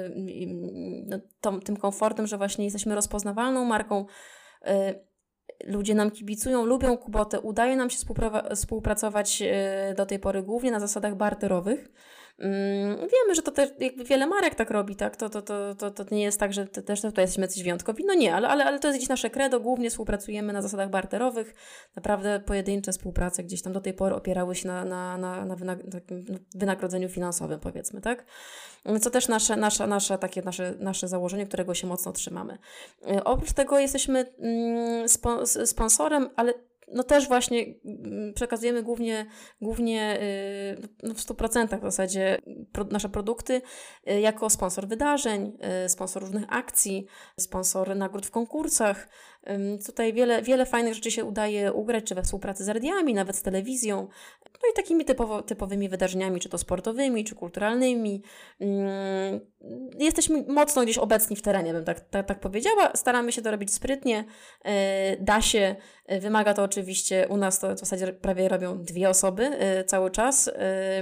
tym komfortem, że właśnie jesteśmy rozpoznawalną marką. Ludzie nam kibicują, lubią Kubotę, udaje nam się współpracować do tej pory głównie na zasadach barterowych. Wiemy, że to też jakby wiele marek tak robi, tak? To nie jest tak, że też tutaj jesteśmy jacyś wyjątkowi. No nie, ale to jest gdzieś nasze credo. Głównie współpracujemy na zasadach barterowych. Naprawdę pojedyncze współprace gdzieś tam do tej pory opierały się na wynagrodzeniu finansowym, powiedzmy, tak? Co też nasze założenie, którego się mocno trzymamy. Oprócz tego jesteśmy sponsorem, ale też właśnie przekazujemy głównie w 100% w zasadzie nasze produkty jako sponsor wydarzeń, sponsor różnych akcji, sponsor nagród w konkursach. Tutaj wiele fajnych rzeczy się udaje ugrać, czy we współpracy z radiami, nawet z telewizją. No i takimi typowymi wydarzeniami, czy to sportowymi, czy kulturalnymi. Jesteśmy mocno gdzieś obecni w terenie, bym tak powiedziała. Staramy się to robić sprytnie. Da się. Wymaga to oczywiście, u nas to w zasadzie prawie robią 2 osoby cały czas.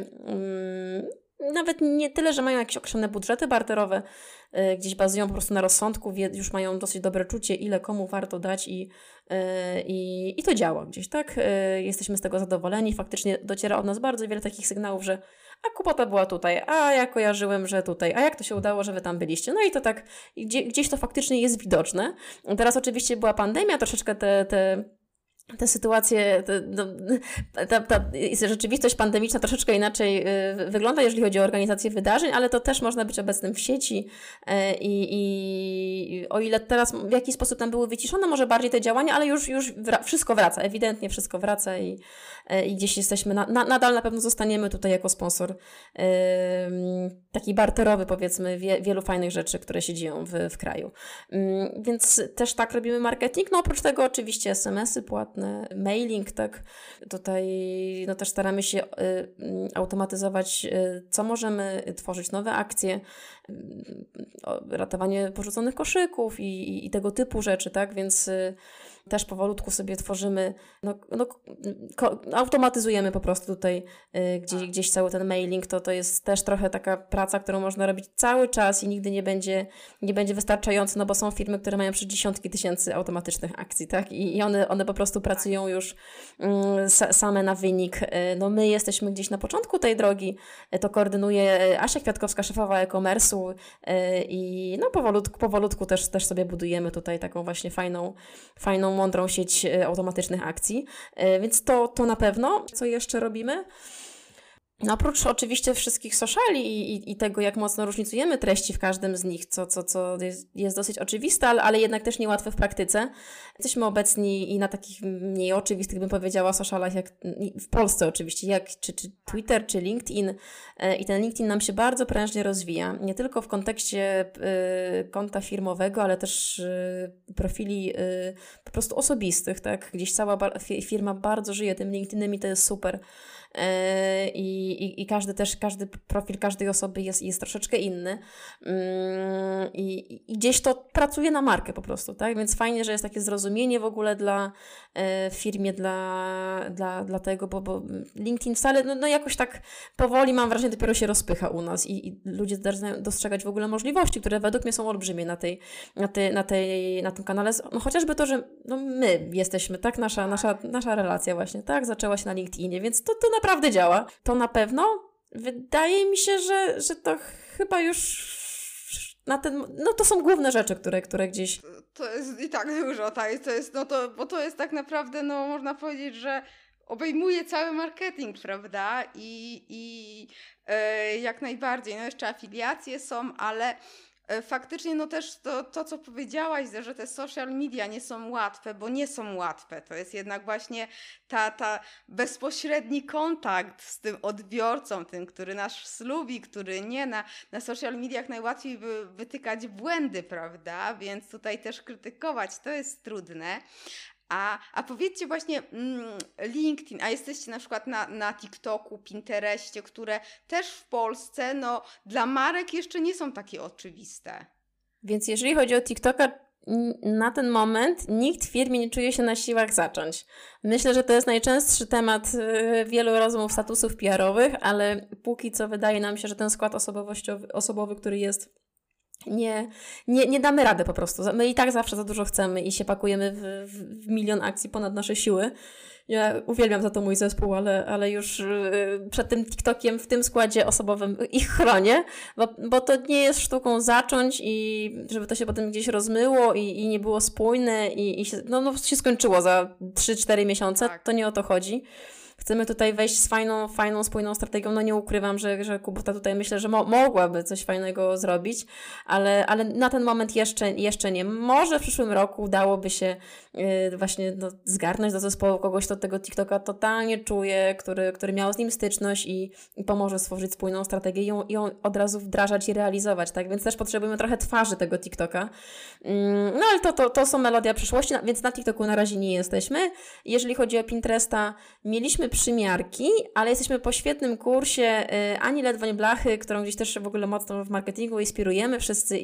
Nawet nie tyle, że mają jakieś określone budżety barterowe, gdzieś bazują po prostu na rozsądku, już mają dosyć dobre czucie, ile komu warto dać i to działa gdzieś, tak? Jesteśmy z tego zadowoleni. Faktycznie dociera od nas bardzo wiele takich sygnałów, że a Kubota była tutaj, a ja kojarzyłem, że tutaj, a jak to się udało, że wy tam byliście? No i to tak, gdzieś to faktycznie jest widoczne. Teraz oczywiście była pandemia, troszeczkę te sytuacje, ta rzeczywistość pandemiczna troszeczkę inaczej wygląda, jeżeli chodzi o organizację wydarzeń, ale to też można być obecnym w sieci i o ile teraz w jakiś sposób tam były wyciszone może bardziej te działania, ale już wszystko wraca, ewidentnie wszystko wraca i gdzieś jesteśmy, nadal na pewno zostaniemy tutaj jako sponsor taki barterowy, powiedzmy, wielu fajnych rzeczy, które się dzieją w kraju. Więc też tak robimy marketing. No oprócz tego oczywiście SMS-y płatne, mailing, tak. Tutaj też staramy się automatyzować, co możemy, tworzyć nowe akcje, ratowanie porzuconych koszyków i tego typu rzeczy, tak, więc też powolutku sobie tworzymy, automatyzujemy po prostu tutaj gdzieś cały ten mailing, to jest też trochę taka praca, którą można robić cały czas i nigdy nie będzie wystarczająco, no bo są firmy, które mają przez dziesiątki tysięcy automatycznych akcji, tak, i one po prostu pracują już same na wynik. No my jesteśmy gdzieś na początku tej drogi. To koordynuje Asia Kwiatkowska, szefowa e-commerce'u i no powolutku też sobie budujemy tutaj taką właśnie fajną, mądrą sieć automatycznych akcji. Więc to na pewno. Co jeszcze robimy? No oprócz oczywiście wszystkich sociali i tego, jak mocno różnicujemy treści w każdym z nich, co jest dosyć oczywiste, ale jednak też niełatwe w praktyce. Jesteśmy obecni i na takich mniej oczywistych, bym powiedziała, socialach, jak w Polsce oczywiście, jak czy Twitter, czy LinkedIn. I ten LinkedIn nam się bardzo prężnie rozwija. Nie tylko w kontekście konta firmowego, ale też profili po prostu osobistych, tak? Gdzieś cała firma bardzo żyje tym LinkedInem i to jest super. I każdy profil każdej osoby jest troszeczkę inny i gdzieś to pracuje na markę po prostu, tak? Więc fajnie, że jest takie zrozumienie w ogóle w firmie dla tego, bo LinkedIn wcale no jakoś tak powoli, mam wrażenie, dopiero się rozpycha u nas i ludzie zaczynają dostrzegać w ogóle możliwości, które według mnie są olbrzymie na tym kanale. No chociażby to, że no my jesteśmy, tak? Nasza relacja właśnie, tak? Zaczęła się na LinkedInie, więc to naprawdę działa. To na pewno. Wydaje mi się, że to chyba już no to są główne rzeczy, które gdzieś... To jest i tak dużo, tak, bo to jest tak naprawdę, no można powiedzieć, że obejmuje cały marketing, prawda? I jak najbardziej, no jeszcze afiliacje są, ale faktycznie no też to, co powiedziałaś, że te social media nie są łatwe, bo nie są łatwe. To jest jednak właśnie ta bezpośredni kontakt z tym odbiorcą, tym, który nas lubi, który nie. Na social mediach najłatwiej wytykać błędy, prawda? Więc tutaj też krytykować, to jest trudne. A powiedzcie właśnie LinkedIn, a jesteście na przykład na TikToku, Pinterestie, które też w Polsce no, dla marek jeszcze nie są takie oczywiste. Więc jeżeli chodzi o TikToka, na ten moment nikt w firmie nie czuje się na siłach zacząć. Myślę, że to jest najczęstszy temat wielu rozmów statusów PR-owych, ale póki co wydaje nam się, że ten skład osobowy, który jest, nie damy rady po prostu. My i tak zawsze za dużo chcemy i się pakujemy w milion akcji ponad nasze siły. Ja uwielbiam za to mój zespół, ale już przed tym TikTokiem w tym składzie osobowym ich chronię, bo to nie jest sztuką zacząć i żeby to się potem gdzieś rozmyło i nie było spójne i się, no się skończyło za 3-4 miesiące. Tak. To nie o to chodzi. Chcemy tutaj wejść z fajną, spójną strategią. No nie ukrywam, że Kubota tutaj myślę, że mogłaby coś fajnego zrobić, ale na ten moment jeszcze nie. Może w przyszłym roku udałoby się właśnie zgarnąć do zespołu kogoś, kto tego TikToka totalnie czuje, który miał z nim styczność i pomoże stworzyć spójną strategię i ją od razu wdrażać i realizować, tak? Więc też potrzebujemy trochę twarzy tego TikToka. No ale to są melodia przyszłości, więc na TikToku na razie nie jesteśmy. Jeżeli chodzi o Pinteresta, mieliśmy przymiarki, ale jesteśmy po świetnym kursie Ani Ledwoń-Blachy, którą gdzieś też w ogóle mocno w marketingu inspirujemy wszyscy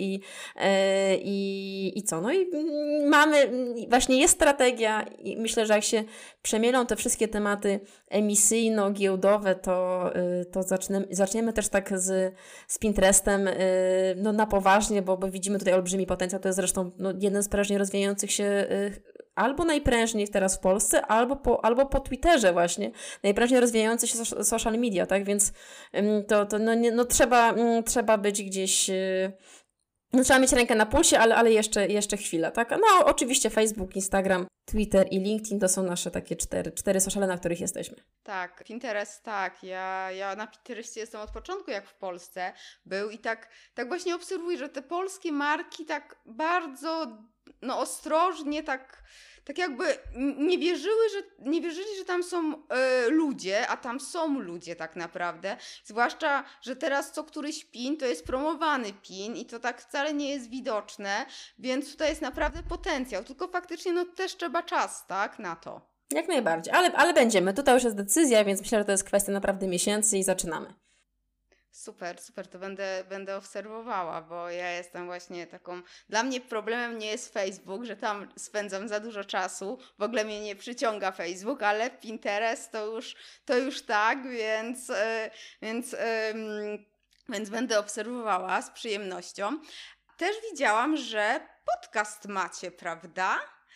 i co? No i właśnie jest strategia i myślę, że jak się przemielą te wszystkie tematy emisyjno-giełdowe, to zaczniemy też tak z Pinterestem na poważnie, bo widzimy tutaj olbrzymi potencjał. To jest zresztą jeden z prężnie rozwijających się albo najprężniej teraz w Polsce, albo po Twitterze właśnie, najprężniej rozwijający się social media, tak, więc trzeba być gdzieś, trzeba mieć rękę na pulsie, ale jeszcze chwilę, tak, no oczywiście Facebook, Instagram, Twitter i LinkedIn to są nasze takie cztery sociale, na których jesteśmy. Tak, Pinterest, tak. Ja na Pinterestie jestem od początku, jak w Polsce był i tak właśnie obserwuję, że te polskie marki tak bardzo ostrożnie, tak jakby nie wierzyli, że tam są ludzie, a tam są ludzie tak naprawdę. Zwłaszcza, że teraz co któryś pin to jest promowany pin i to tak wcale nie jest widoczne, więc tutaj jest naprawdę potencjał. Tylko faktycznie też trzeba czas, tak, na to. Jak najbardziej, ale będziemy. Tutaj już jest decyzja, więc myślę, że to jest kwestia naprawdę miesięcy i zaczynamy. Super, to będę obserwowała, bo ja jestem właśnie taką... Dla mnie problemem nie jest Facebook, że tam spędzam za dużo czasu, w ogóle mnie nie przyciąga Facebook, ale Pinterest to już tak, więc będę obserwowała z przyjemnością. Też widziałam, że podcast macie, prawda?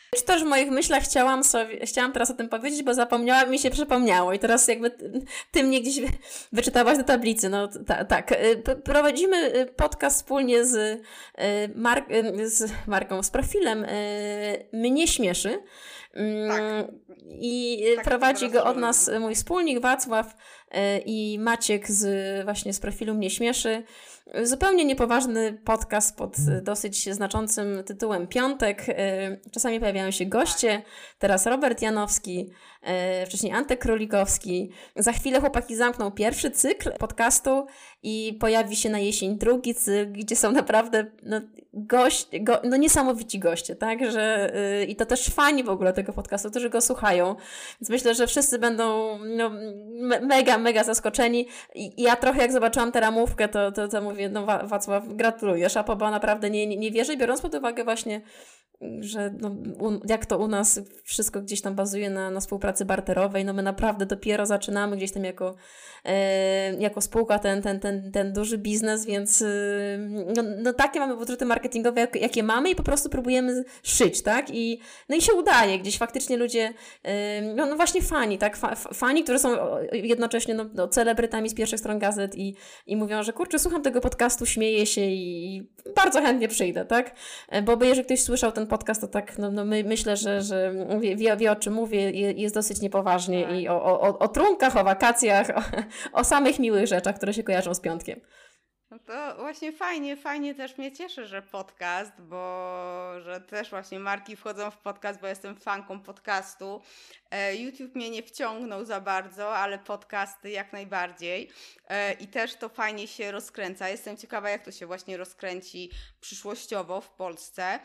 Czy też w moich myślach chciałam teraz o tym powiedzieć, bo zapomniałam, mi się przypomniało i teraz jakby ty mnie gdzieś wyczytałaś do tablicy. No tak. Prowadzimy podcast wspólnie z marką, z profilem Mnie Śmieszy. Tak. I Tak, prowadzi go od nas rozumiem. mój wspólnik Wacław i Maciek właśnie z profilu Mnie Śmieszy. Zupełnie niepoważny podcast pod dosyć znaczącym tytułem Piątek. Czasami pojawiają się goście. Teraz Robert Janowski, wcześniej Antek Królikowski. Za chwilę chłopaki zamkną pierwszy cykl podcastu i pojawi się na jesień drugi cykl, gdzie są naprawdę niesamowici goście, tak? I to też fani w ogóle tego podcastu, którzy go słuchają. Więc myślę, że wszyscy będą mega zaskoczeni. I ja trochę jak zobaczyłam tę ramówkę, to mówię, no Wacław, gratuluję, bo naprawdę nie wierzę, biorąc pod uwagę właśnie, że jak to u nas wszystko gdzieś tam bazuje na współpracy barterowej, no my naprawdę dopiero zaczynamy gdzieś tam jako spółka ten duży biznes, więc takie mamy budżety marketingowe, jakie mamy i po prostu próbujemy szyć, tak? I się udaje, gdzieś faktycznie ludzie, no właśnie fani, tak? Fani, którzy są jednocześnie celebrytami z pierwszych stron gazet i mówią, że kurczę, słucham tego podcastu, śmieję się i bardzo chętnie przyjdę, tak? Bo jeżeli ktoś słyszał ten podcast, to tak, myślę, że wie o czym mówię, jest dosyć niepoważnie Tak. i o trunkach, o wakacjach, o samych miłych rzeczach, które się kojarzą z piątkiem. No to właśnie fajnie też mnie cieszy, że podcast, że też właśnie marki wchodzą w podcast, bo jestem fanką podcastu. YouTube mnie nie wciągnął za bardzo, ale podcasty jak najbardziej. I też to fajnie się rozkręca. Jestem ciekawa, jak to się właśnie rozkręci przyszłościowo w Polsce,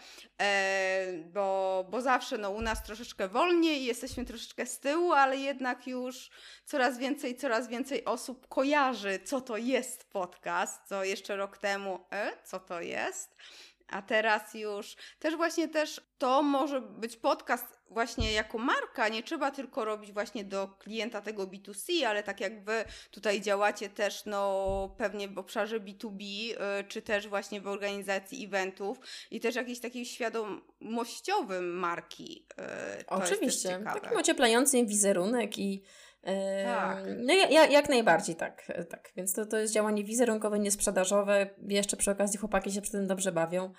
bo zawsze u nas troszeczkę wolniej, jesteśmy troszeczkę z tyłu, ale jednak już coraz więcej osób kojarzy, co to jest podcast, co jeszcze rok temu, co to jest, a teraz już też to może być podcast właśnie jako marka, nie trzeba tylko robić właśnie do klienta tego B2C, ale tak jak wy tutaj działacie też pewnie w obszarze B2B, czy też właśnie w organizacji eventów i też jakiś taki świadomościowy marki. To Oczywiście, jest też ciekawe. taki ocieplający wizerunek i Tak. no jak najbardziej tak. Więc to jest działanie wizerunkowe, niesprzedażowe. Jeszcze przy okazji chłopaki się przy tym dobrze bawią.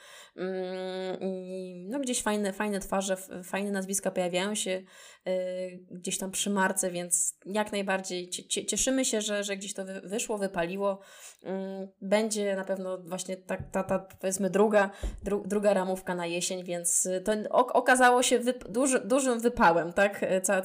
I gdzieś fajne twarze, fajne nazwiska pojawiają się gdzieś tam przy marce, więc jak najbardziej cieszymy się, że gdzieś to wyszło, wypaliło. Będzie na pewno właśnie ta powiedzmy druga ramówka na jesień, więc to okazało się dużym wypałem, tak?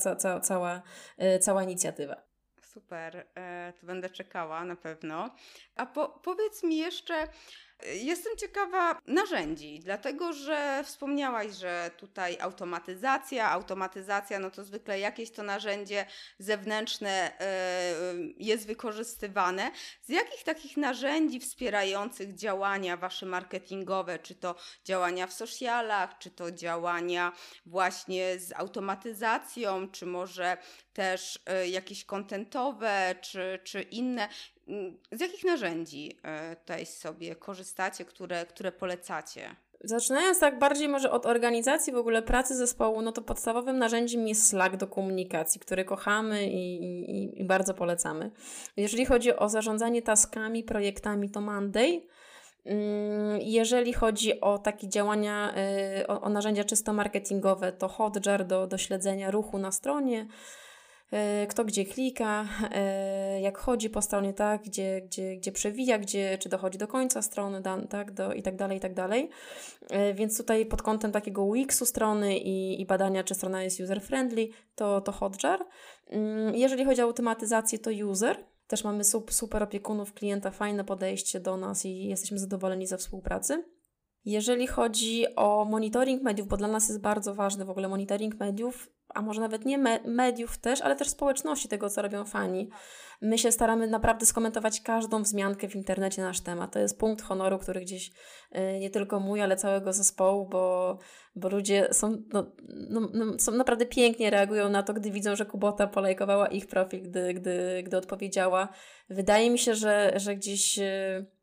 Cała inicjatywa. Super, to będę czekała na pewno. A powiedz mi jeszcze, jestem ciekawa narzędzi, dlatego że wspomniałaś, że tutaj automatyzacja, no to zwykle jakieś to narzędzie zewnętrzne jest wykorzystywane. Z jakich takich narzędzi wspierających działania wasze marketingowe, czy to działania w socialach, czy to działania właśnie z automatyzacją, czy może też jakieś contentowe, czy inne, z jakich narzędzi tutaj sobie korzystacie, które polecacie? Zaczynając tak bardziej może od organizacji w ogóle pracy zespołu, no to podstawowym narzędziem jest Slack do komunikacji, który kochamy i bardzo polecamy. Jeżeli chodzi o zarządzanie taskami, projektami, to Monday. Jeżeli chodzi o takie działania, o narzędzia czysto marketingowe, to Hotjar do śledzenia ruchu na stronie, kto gdzie klika, jak chodzi po stronie, tak, gdzie przewija, czy dochodzi do końca strony, tak, i tak dalej. Więc tutaj pod kątem takiego UX-u strony i badania, czy strona jest user-friendly, to Hotjar. Jeżeli chodzi o automatyzację, to User. Też mamy super opiekunów klienta, fajne podejście do nas i jesteśmy zadowoleni ze współpracy. Jeżeli chodzi o monitoring mediów, bo dla nas jest bardzo ważny w ogóle monitoring mediów, a może nawet nie mediów też, ale też społeczności, tego co robią fani. My się staramy naprawdę skomentować każdą wzmiankę w internecie na nasz temat. To jest punkt honoru, który gdzieś nie tylko mój, ale całego zespołu, bo ludzie są naprawdę pięknie reagują na to, gdy widzą, że Kubota polajkowała ich profil, gdy odpowiedziała. Wydaje mi się, że gdzieś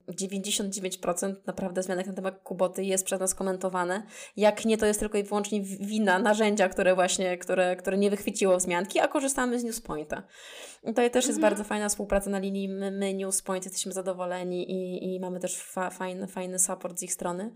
99% naprawdę zmianek na temat Kuboty jest przez nas komentowane. Jak nie, to jest tylko i wyłącznie wina narzędzia, które nie wychwyciło wzmianki, a korzystamy z Newspointa. Tutaj też jest bardzo fajna współpraca na linii my Newspoint, jesteśmy zadowoleni i mamy też fajny support z ich strony.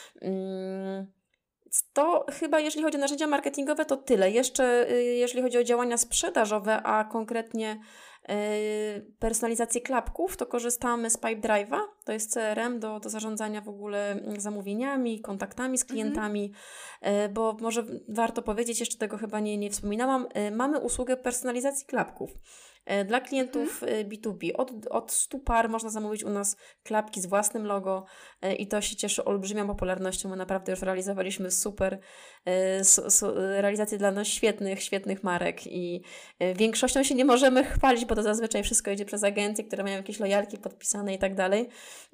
To chyba, jeżeli chodzi o narzędzia marketingowe, to tyle. Jeszcze jeżeli chodzi o działania sprzedażowe, a konkretnie personalizację klapków, to korzystamy z Pipedrive'a. To jest CRM do zarządzania w ogóle zamówieniami, kontaktami z klientami, bo może warto powiedzieć, jeszcze tego chyba nie wspominałam, mamy usługę personalizacji klapków. Dla klientów B2B. Od 100 par można zamówić u nas klapki z własnym logo i to się cieszy olbrzymią popularnością. My naprawdę już realizowaliśmy super realizacje dla nas świetnych marek i większością się nie możemy chwalić, bo to zazwyczaj wszystko idzie przez agencje, które mają jakieś lojalki podpisane i tak dalej.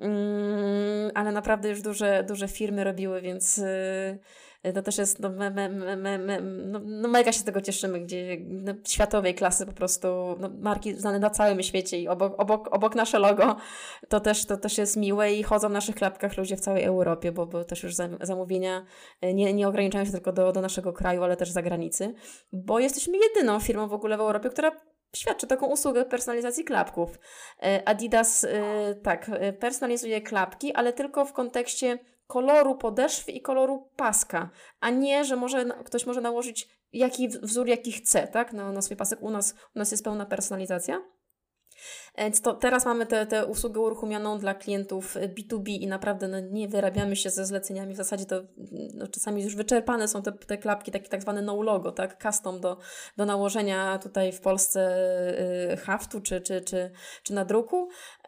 Ale naprawdę już duże firmy robiły, więc to też jest, mega się z tego cieszymy, gdzie światowej klasy po prostu marki znane na całym świecie i obok nasze logo, to też jest miłe i chodzą w naszych klapkach ludzie w całej Europie, bo też już zamówienia nie ograniczają się tylko do naszego kraju, ale też z zagranicy, bo jesteśmy jedyną firmą w ogóle w Europie, która świadczy taką usługę personalizacji klapków. Adidas personalizuje klapki, ale tylko w kontekście koloru podeszwy i koloru paska, a nie, że ktoś może nałożyć wzór, jaki chce, tak? Na swój pasek. U nas jest pełna personalizacja. Więc to teraz mamy tę usługę uruchomioną dla klientów B2B i naprawdę nie wyrabiamy się ze zleceniami. W zasadzie to czasami już wyczerpane są te klapki, takie tak zwane no logo, tak? Custom do nałożenia tutaj w Polsce haftu czy na druku.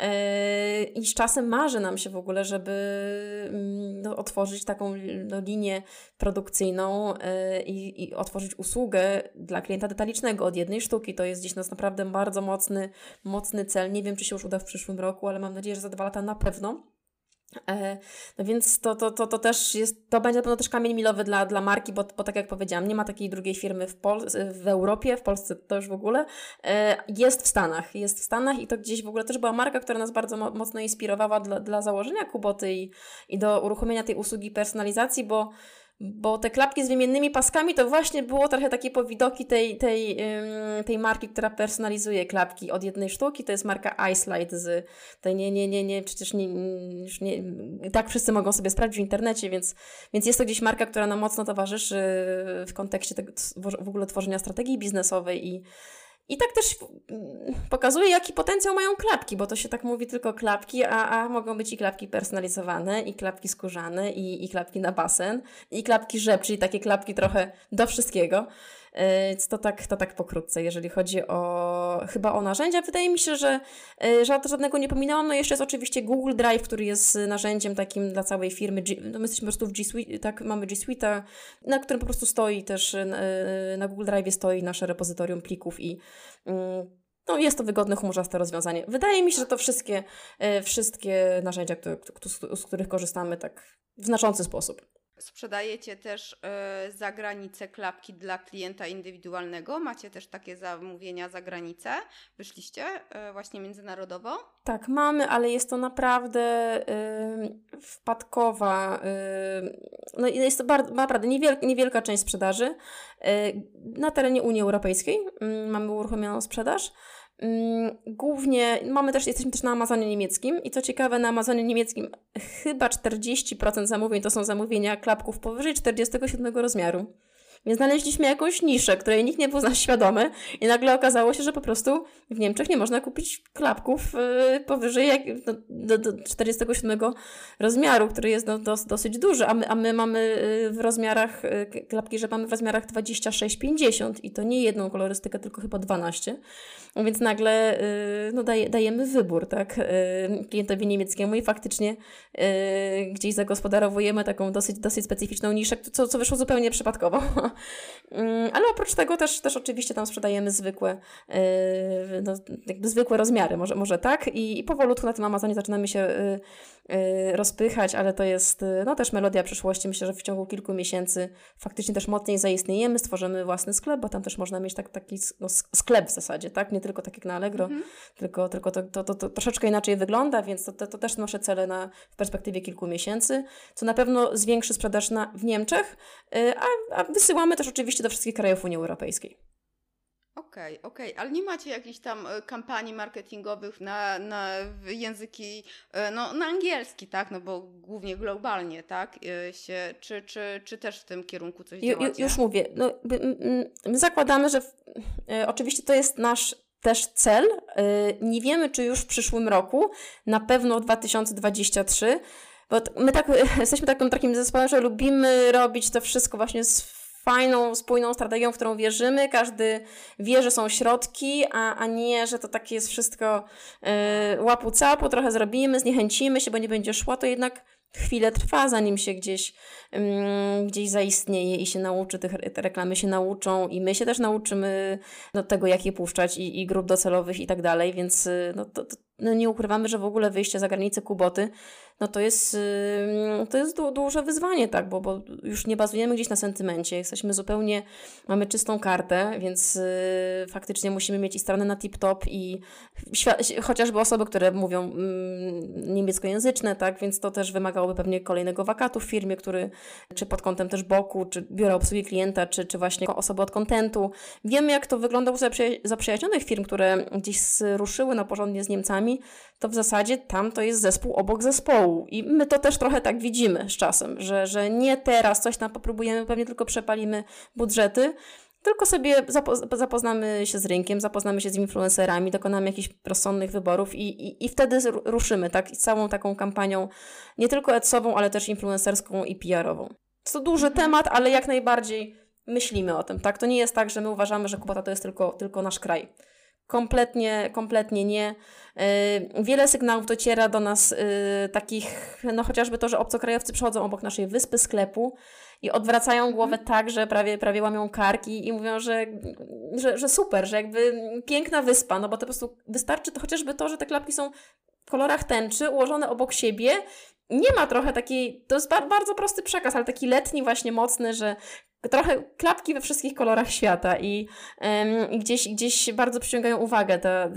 I z czasem marzy nam się w ogóle, żeby otworzyć taką linię produkcyjną i otworzyć usługę dla klienta detalicznego od 1 sztuki. To jest dziś nas naprawdę bardzo mocny cel. Nie wiem, czy się już uda w przyszłym roku, ale mam nadzieję, że za 2 lata na pewno. No więc to też jest, to będzie na pewno też kamień milowy dla marki, bo tak jak powiedziałam, nie ma takiej drugiej firmy w Europie, w Polsce to już w ogóle, jest w Stanach i to gdzieś w ogóle też była marka, która nas bardzo mocno inspirowała dla założenia Kuboty i do uruchomienia tej usługi personalizacji, bo te klapki z wymiennymi paskami to właśnie było trochę takie powidoki tej marki, która personalizuje klapki od 1 sztuki. To jest marka iSlide przecież tak wszyscy mogą sobie sprawdzić w internecie, więc jest to gdzieś marka, która nam mocno towarzyszy w kontekście tego, w ogóle tworzenia strategii biznesowej i tak też pokazuje, jaki potencjał mają klapki, bo to się tak mówi tylko klapki, a mogą być i klapki personalizowane, i klapki skórzane, i klapki na basen, i klapki rzep, czyli takie klapki trochę do wszystkiego. To tak pokrótce, jeżeli chodzi chyba o narzędzia. Wydaje mi się, że żadnego nie pominęłam. No jeszcze jest oczywiście Google Drive, który jest narzędziem takim dla całej firmy. My jesteśmy po prostu w G Suite, tak, mamy G Suite'a, na którym po prostu stoi też, na Google Drive stoi nasze repozytorium plików i jest to wygodne, chmurzaste rozwiązanie. Wydaje mi się, że to wszystkie narzędzia, z których korzystamy tak w znaczący sposób. Sprzedajecie też za granicę klapki dla klienta indywidualnego? Macie też takie zamówienia za granicę? Wyszliście właśnie międzynarodowo? Tak, mamy, ale jest to naprawdę wpadkowa. Jest to naprawdę niewielka część sprzedaży. Na terenie Unii Europejskiej mamy uruchomioną sprzedaż. Głównie jesteśmy też na Amazonie niemieckim i co ciekawe, na Amazonie niemieckim chyba 40% zamówień to są zamówienia klapków powyżej 47 rozmiaru. Więc znaleźliśmy jakąś niszę, której nikt nie był z nas świadomy i nagle okazało się, że po prostu w Niemczech nie można kupić klapków powyżej do 47 rozmiaru, który jest dosyć duży, a my mamy w rozmiarach, klapki, że mamy w rozmiarach 26-50 i to nie jedną kolorystykę, tylko chyba 12. Więc nagle dajemy wybór, tak, klientowi niemieckiemu i faktycznie gdzieś zagospodarowujemy taką dosyć specyficzną niszę, co wyszło zupełnie przypadkowo. Ale oprócz tego też oczywiście tam sprzedajemy zwykłe, jakby zwykłe rozmiary, może tak. I powolutku na tym Amazonie zaczynamy się rozpychać, ale to jest też melodia przyszłości. Myślę, że w ciągu kilku miesięcy faktycznie też mocniej zaistniejemy, stworzymy własny sklep, bo tam też można mieć taki sklep w zasadzie, tak? Nie tylko tak jak na Allegro, tylko to troszeczkę inaczej wygląda, więc to też nasze cele w perspektywie kilku miesięcy, co na pewno zwiększy sprzedaż w Niemczech, a wysyłamy też oczywiście do wszystkich krajów Unii Europejskiej. Okej, ale nie macie jakichś tam kampanii marketingowych na języki, na angielski, tak? No bo głównie globalnie, tak? Czy też w tym kierunku coś działacie? Już mówię. My zakładamy, że oczywiście to jest nasz też cel. Nie wiemy, czy już w przyszłym roku, na pewno w 2023, bo my jesteśmy takim zespołem, że lubimy robić to wszystko właśnie z fajną, spójną strategią, w którą wierzymy. Każdy wie, że są środki, a nie, że to takie jest wszystko łapu-capu, trochę zrobimy, zniechęcimy się, bo nie będzie szło, to jednak chwilę trwa, zanim się gdzieś zaistnieje i się nauczy, te reklamy się nauczą i my się też nauczymy tego, jak je puszczać i grup docelowych i tak dalej, więc nie ukrywamy, że w ogóle wyjście za granicę Kuboty to jest duże wyzwanie, tak, bo już nie bazujemy gdzieś na sentymencie, mamy czystą kartę, więc faktycznie musimy mieć i stronę na tip-top i chociażby osoby, które mówią niemieckojęzyczne, tak, więc to też wymagałoby pewnie kolejnego wakatu w firmie, czy pod kątem też boku, czy biura obsługi klienta, czy właśnie osoby od kontentu. Wiemy, jak to wygląda u zaprzyjaźnionych firm, które gdzieś ruszyły na porządnie z Niemcami, to w zasadzie tam to jest zespół obok zespołu i my to też trochę tak widzimy z czasem, że nie teraz coś tam popróbujemy, pewnie tylko przepalimy budżety, tylko sobie zapoznamy się z rynkiem, zapoznamy się z influencerami, dokonamy jakichś rozsądnych wyborów i wtedy ruszymy, tak? I całą taką kampanią, nie tylko adsową, ale też influencerską i PR-ową. To duży temat, ale jak najbardziej myślimy o tym, tak? To nie jest tak, że my uważamy, że Kubota to jest tylko nasz kraj. Kompletnie nie. Wiele sygnałów dociera do nas takich, chociażby to, że obcokrajowcy przychodzą obok naszej wyspy sklepu i odwracają głowę tak, że prawie łamią karki i mówią, że super, że jakby piękna wyspa, bo to po prostu wystarczy to chociażby to, że te klapki są w kolorach tęczy, ułożone obok siebie. Nie ma trochę takiej, to jest bardzo prosty przekaz, ale taki letni właśnie mocny, że trochę klapki we wszystkich kolorach świata i gdzieś bardzo przyciąga uwagę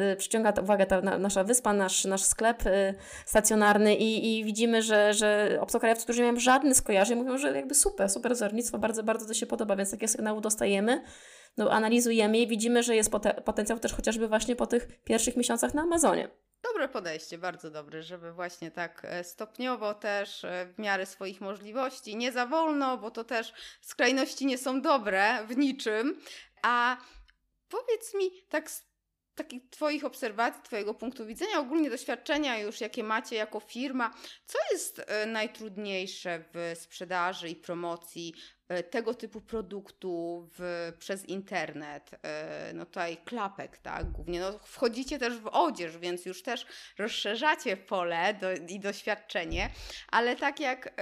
ta nasza wyspa, nasz sklep stacjonarny i widzimy, że obcokrajowcy, którzy nie mają żadnych skojarzeń, mówią, że jakby super wzornictwo, bardzo, bardzo to się podoba, więc takie sygnały dostajemy, analizujemy i widzimy, że jest potencjał też chociażby właśnie po tych pierwszych miesiącach na Amazonie. Dobre podejście, bardzo dobre, żeby właśnie tak stopniowo też w miarę swoich możliwości, nie za wolno, bo to też skrajności nie są dobre w niczym. A powiedz mi tak z takich Twoich obserwacji, Twojego punktu widzenia, ogólnie doświadczenia już, jakie macie jako firma, co jest najtrudniejsze w sprzedaży i promocji tego typu produktu przez internet, tutaj klapek, tak, głównie, wchodzicie też w odzież, więc już też rozszerzacie pole i doświadczenie, ale tak jak,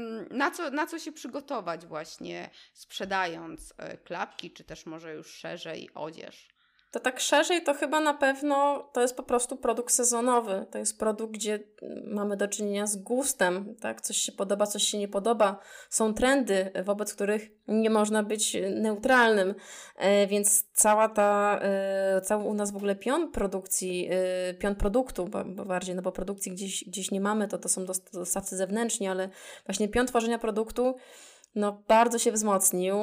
na co się przygotować właśnie sprzedając klapki, czy też może już szerzej odzież? To tak szerzej to chyba na pewno to jest po prostu produkt sezonowy. To jest produkt, gdzie mamy do czynienia z gustem, tak? Coś się podoba, coś się nie podoba. Są trendy, wobec których nie można być neutralnym. Więc cały u nas w ogóle pion produktu, bo bardziej, bo produkcji gdzieś nie mamy, to są dostawcy zewnętrzni, ale właśnie pion tworzenia produktu bardzo się wzmocnił.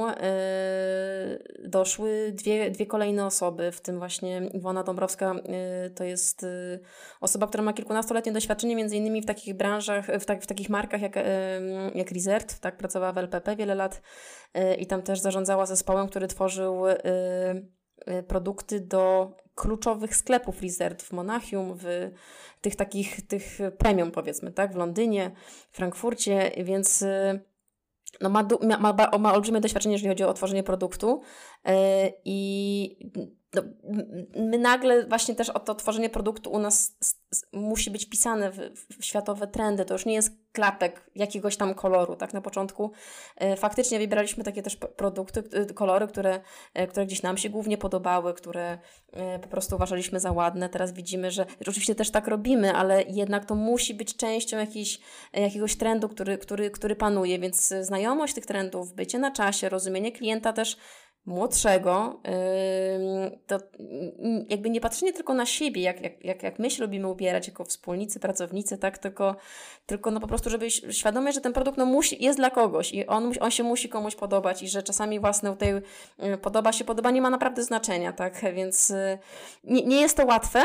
Doszły dwie kolejne osoby, w tym właśnie Iwona Dąbrowska, to jest osoba, która ma kilkunastoletnie doświadczenie, między innymi w takich branżach, w takich markach jak Reserved, tak, pracowała w LPP wiele lat i tam też zarządzała zespołem, który tworzył produkty do kluczowych sklepów Reserved w Monachium, w tych premium, powiedzmy, tak, w Londynie, w Frankfurcie, więc ma olbrzymie doświadczenie, jeżeli chodzi o tworzenie produktu I no, my nagle właśnie też o to tworzenie produktu u nas musi być wpisane w światowe trendy. To już nie jest klapek jakiegoś tam koloru, tak? Na początku faktycznie wybieraliśmy takie też produkty, kolory, które gdzieś nam się głównie podobały, które po prostu uważaliśmy za ładne. Teraz widzimy, że oczywiście też tak robimy, ale jednak to musi być częścią jakiegoś trendu, który panuje, więc znajomość tych trendów, bycie na czasie, rozumienie klienta też młodszego, to jakby nie patrzenie tylko na siebie, jak my się lubimy ubierać jako wspólnicy, pracownicy, tak, tylko no po prostu, żeby świadomie, że ten produkt jest dla kogoś i on się musi komuś podobać i że czasami własne tutaj podoba, nie ma naprawdę znaczenia, tak, więc nie jest to łatwe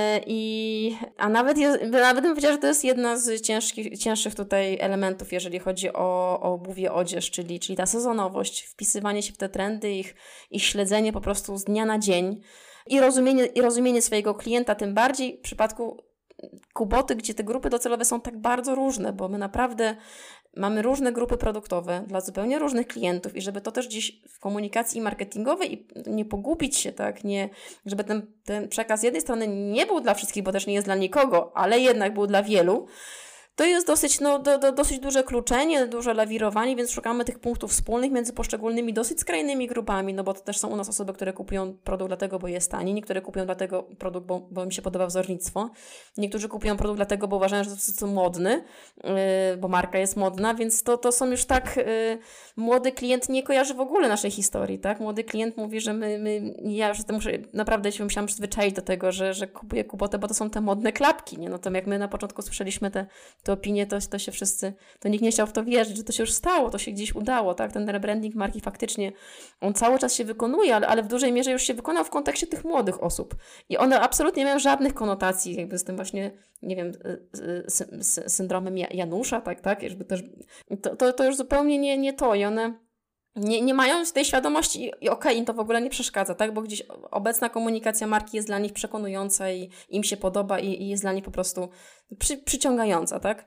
a nawet bym powiedziała, że to jest jedna z cięższych tutaj elementów, jeżeli chodzi o obuwie, odzież, czyli ta sezonowość, wpisywanie się w te trendy, ich śledzenie po prostu z dnia na dzień i rozumienie swojego klienta, tym bardziej w przypadku Kuboty, gdzie te grupy docelowe są tak bardzo różne, bo my naprawdę mamy różne grupy produktowe dla zupełnie różnych klientów i żeby to też gdzieś w komunikacji marketingowej i nie pogubić się, tak, żeby ten przekaz z jednej strony nie był dla wszystkich, bo też nie jest dla nikogo, ale jednak był dla wielu. To jest dosyć duże kluczenie, duże lawirowanie, więc szukamy tych punktów wspólnych między poszczególnymi dosyć skrajnymi grupami, no bo to też są u nas osoby, które kupują produkt dlatego, bo jest tani, niektóre kupują dlatego produkt, bo im się podoba wzornictwo, niektórzy kupują produkt dlatego, bo uważają, że to jest modny, bo marka jest modna, więc to są już tak, młody klient nie kojarzy w ogóle naszej historii, tak? Młody klient mówi, że ja już naprawdę się musiałam przyzwyczaić do tego, że kupuję Kubotę, bo to są te modne klapki, nie? No to jak my na początku słyszeliśmy te opinie, to się wszyscy, to nikt nie chciał w to wierzyć, że to się już stało, to się gdzieś udało, tak? Ten rebranding marki faktycznie, on cały czas się wykonuje, ale w dużej mierze już się wykonał w kontekście tych młodych osób. I one absolutnie nie mają żadnych konotacji jakby z tym właśnie, nie wiem, syndromem Janusza, tak? Jakby też, to już zupełnie nie to i one nie mają tej świadomości i okej, im to w ogóle nie przeszkadza, tak? Bo gdzieś obecna komunikacja marki jest dla nich przekonująca i im się podoba i jest dla nich po prostu przyciągająca,90,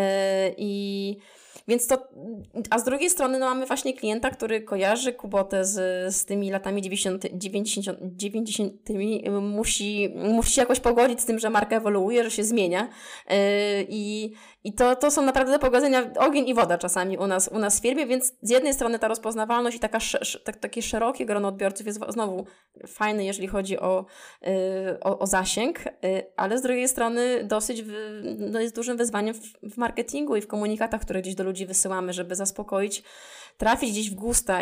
więc a z drugiej strony mamy właśnie klienta, który kojarzy Kubotę z tymi latami 90 musi się jakoś pogodzić z tym, że marka ewoluuje, że się zmienia i to są naprawdę do pogodzenia ogień i woda czasami u nas w firmie, więc z jednej strony ta rozpoznawalność i takie szerokie grono odbiorców jest znowu fajne, jeżeli chodzi o zasięg, ale z drugiej strony dosyć jest dużym wyzwaniem w marketingu i w komunikatach, które gdzieś do ludzi wysyłamy, żeby zaspokoić, trafić gdzieś w gusta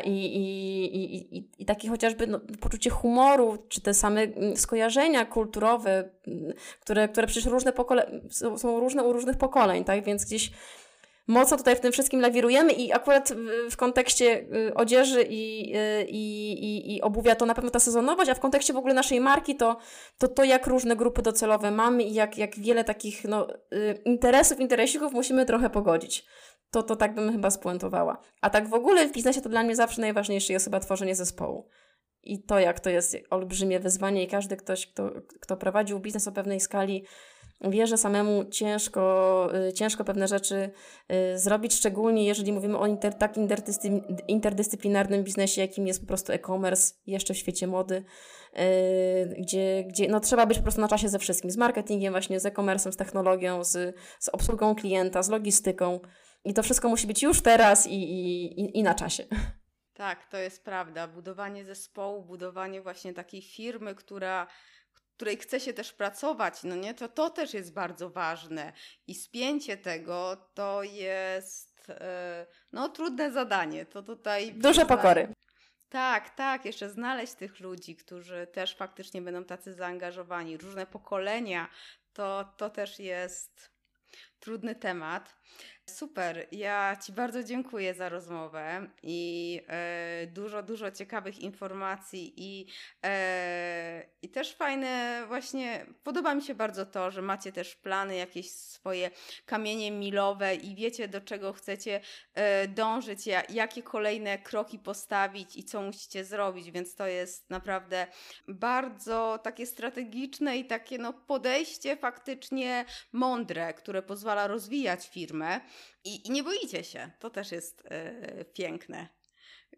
i takie chociażby poczucie humoru, czy te same skojarzenia kulturowe, które przecież są różne u różnych pokoleń, tak? Więc gdzieś mocno tutaj w tym wszystkim lawirujemy i akurat w kontekście odzieży i obuwia to na pewno ta sezonowość, a w kontekście w ogóle naszej marki to jak różne grupy docelowe mamy i jak wiele takich interesików musimy trochę pogodzić. To tak bym chyba spuentowała. A tak w ogóle w biznesie to dla mnie zawsze najważniejsze jest chyba tworzenie zespołu. I jak to jest olbrzymie wyzwanie i każdy kto prowadził biznes o pewnej skali, wie, że samemu ciężko pewne rzeczy zrobić, szczególnie jeżeli mówimy o tak interdyscyplinarnym biznesie, jakim jest po prostu e-commerce, jeszcze w świecie mody, gdzie trzeba być po prostu na czasie ze wszystkim, z marketingiem właśnie, z e-commerce'em, z technologią, z obsługą klienta, z logistyką i to wszystko musi być już teraz i na czasie. Tak, to jest prawda. Budowanie zespołu, budowanie właśnie takiej firmy, której chce się też pracować, no nie? To też jest bardzo ważne i spięcie tego to jest trudne zadanie. To tutaj duże pokory. Tak, jeszcze znaleźć tych ludzi, którzy też faktycznie będą tacy zaangażowani, różne pokolenia, to też jest trudny temat. Super, ja Ci bardzo dziękuję za rozmowę i dużo ciekawych informacji i też fajne właśnie, podoba mi się bardzo to, że macie też plany, jakieś swoje kamienie milowe i wiecie, do czego chcecie dążyć, jakie kolejne kroki postawić i co musicie zrobić, więc to jest naprawdę bardzo takie strategiczne i takie podejście faktycznie mądre, które pozwala rozwijać firmę. I nie boicie się. To też jest piękne.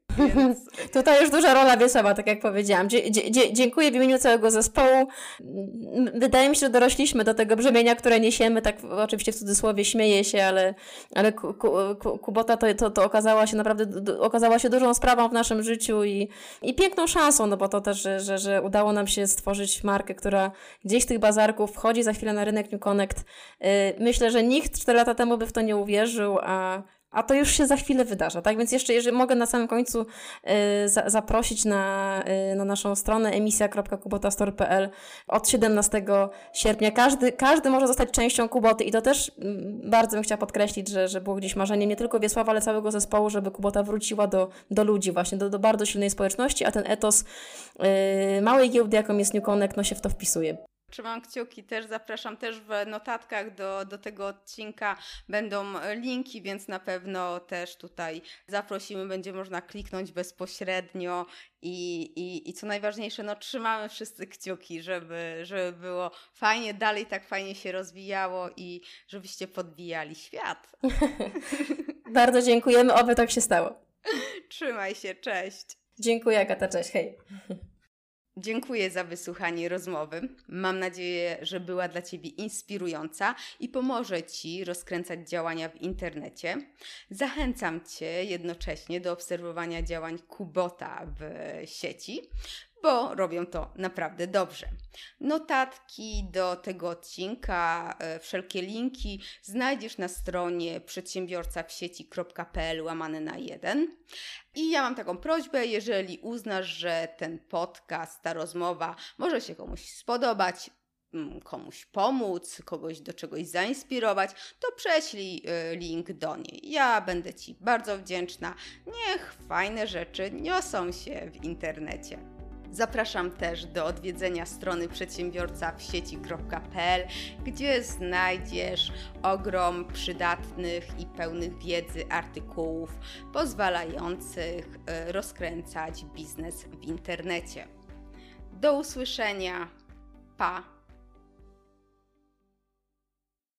Więc... Tutaj już duża rola Wiesława, tak jak powiedziałam. Dziękuję w imieniu całego zespołu. Wydaje mi się, że dorośliśmy do tego brzemienia, które niesiemy, tak oczywiście w cudzysłowie śmieję się, ale Kubota to okazała się dużą sprawą w naszym życiu i piękną szansą, no bo to też, że udało nam się stworzyć markę, która gdzieś z tych bazarków wchodzi za chwilę na rynek New Connect. Myślę, że nikt 4 lata temu by w to nie uwierzył, a to już się za chwilę wydarza, tak? Więc jeszcze, jeżeli mogę na samym końcu zaprosić na naszą stronę emisja.kubotastore.pl od 17 sierpnia. Każdy może zostać częścią Kuboty i to też bardzo bym chciała podkreślić, że było gdzieś marzeniem nie tylko Wiesława, ale całego zespołu, żeby Kubota wróciła do ludzi właśnie, do bardzo silnej społeczności, a ten etos małej giełdy, jaką jest New Connect, no się w to wpisuje. Trzymam kciuki, też zapraszam, też w notatkach do tego odcinka będą linki, więc na pewno też tutaj zaprosimy, będzie można kliknąć bezpośrednio i co najważniejsze, no trzymamy wszyscy kciuki, żeby było fajnie, dalej tak fajnie się rozwijało i żebyście podbijali świat. Bardzo dziękujemy, oby tak się stało. Trzymaj się, cześć. Dziękuję, Agata, cześć, hej. Dziękuję za wysłuchanie rozmowy. Mam nadzieję, że była dla Ciebie inspirująca i pomoże Ci rozkręcać działania w internecie. Zachęcam Cię jednocześnie do obserwowania działań Kubota w sieci, bo robią to naprawdę dobrze. Notatki do tego odcinka, wszelkie linki znajdziesz na stronie przedsiębiorcawsieci.pl/1. I ja mam taką prośbę, jeżeli uznasz, że ten podcast, ta rozmowa może się komuś spodobać, komuś pomóc, kogoś do czegoś zainspirować, to prześlij link do niej. Ja będę Ci bardzo wdzięczna. Niech fajne rzeczy niosą się w internecie. Zapraszam też do odwiedzenia strony przedsiębiorcawsieci.pl, gdzie znajdziesz ogrom przydatnych i pełnych wiedzy artykułów pozwalających rozkręcać biznes w internecie. Do usłyszenia. Pa!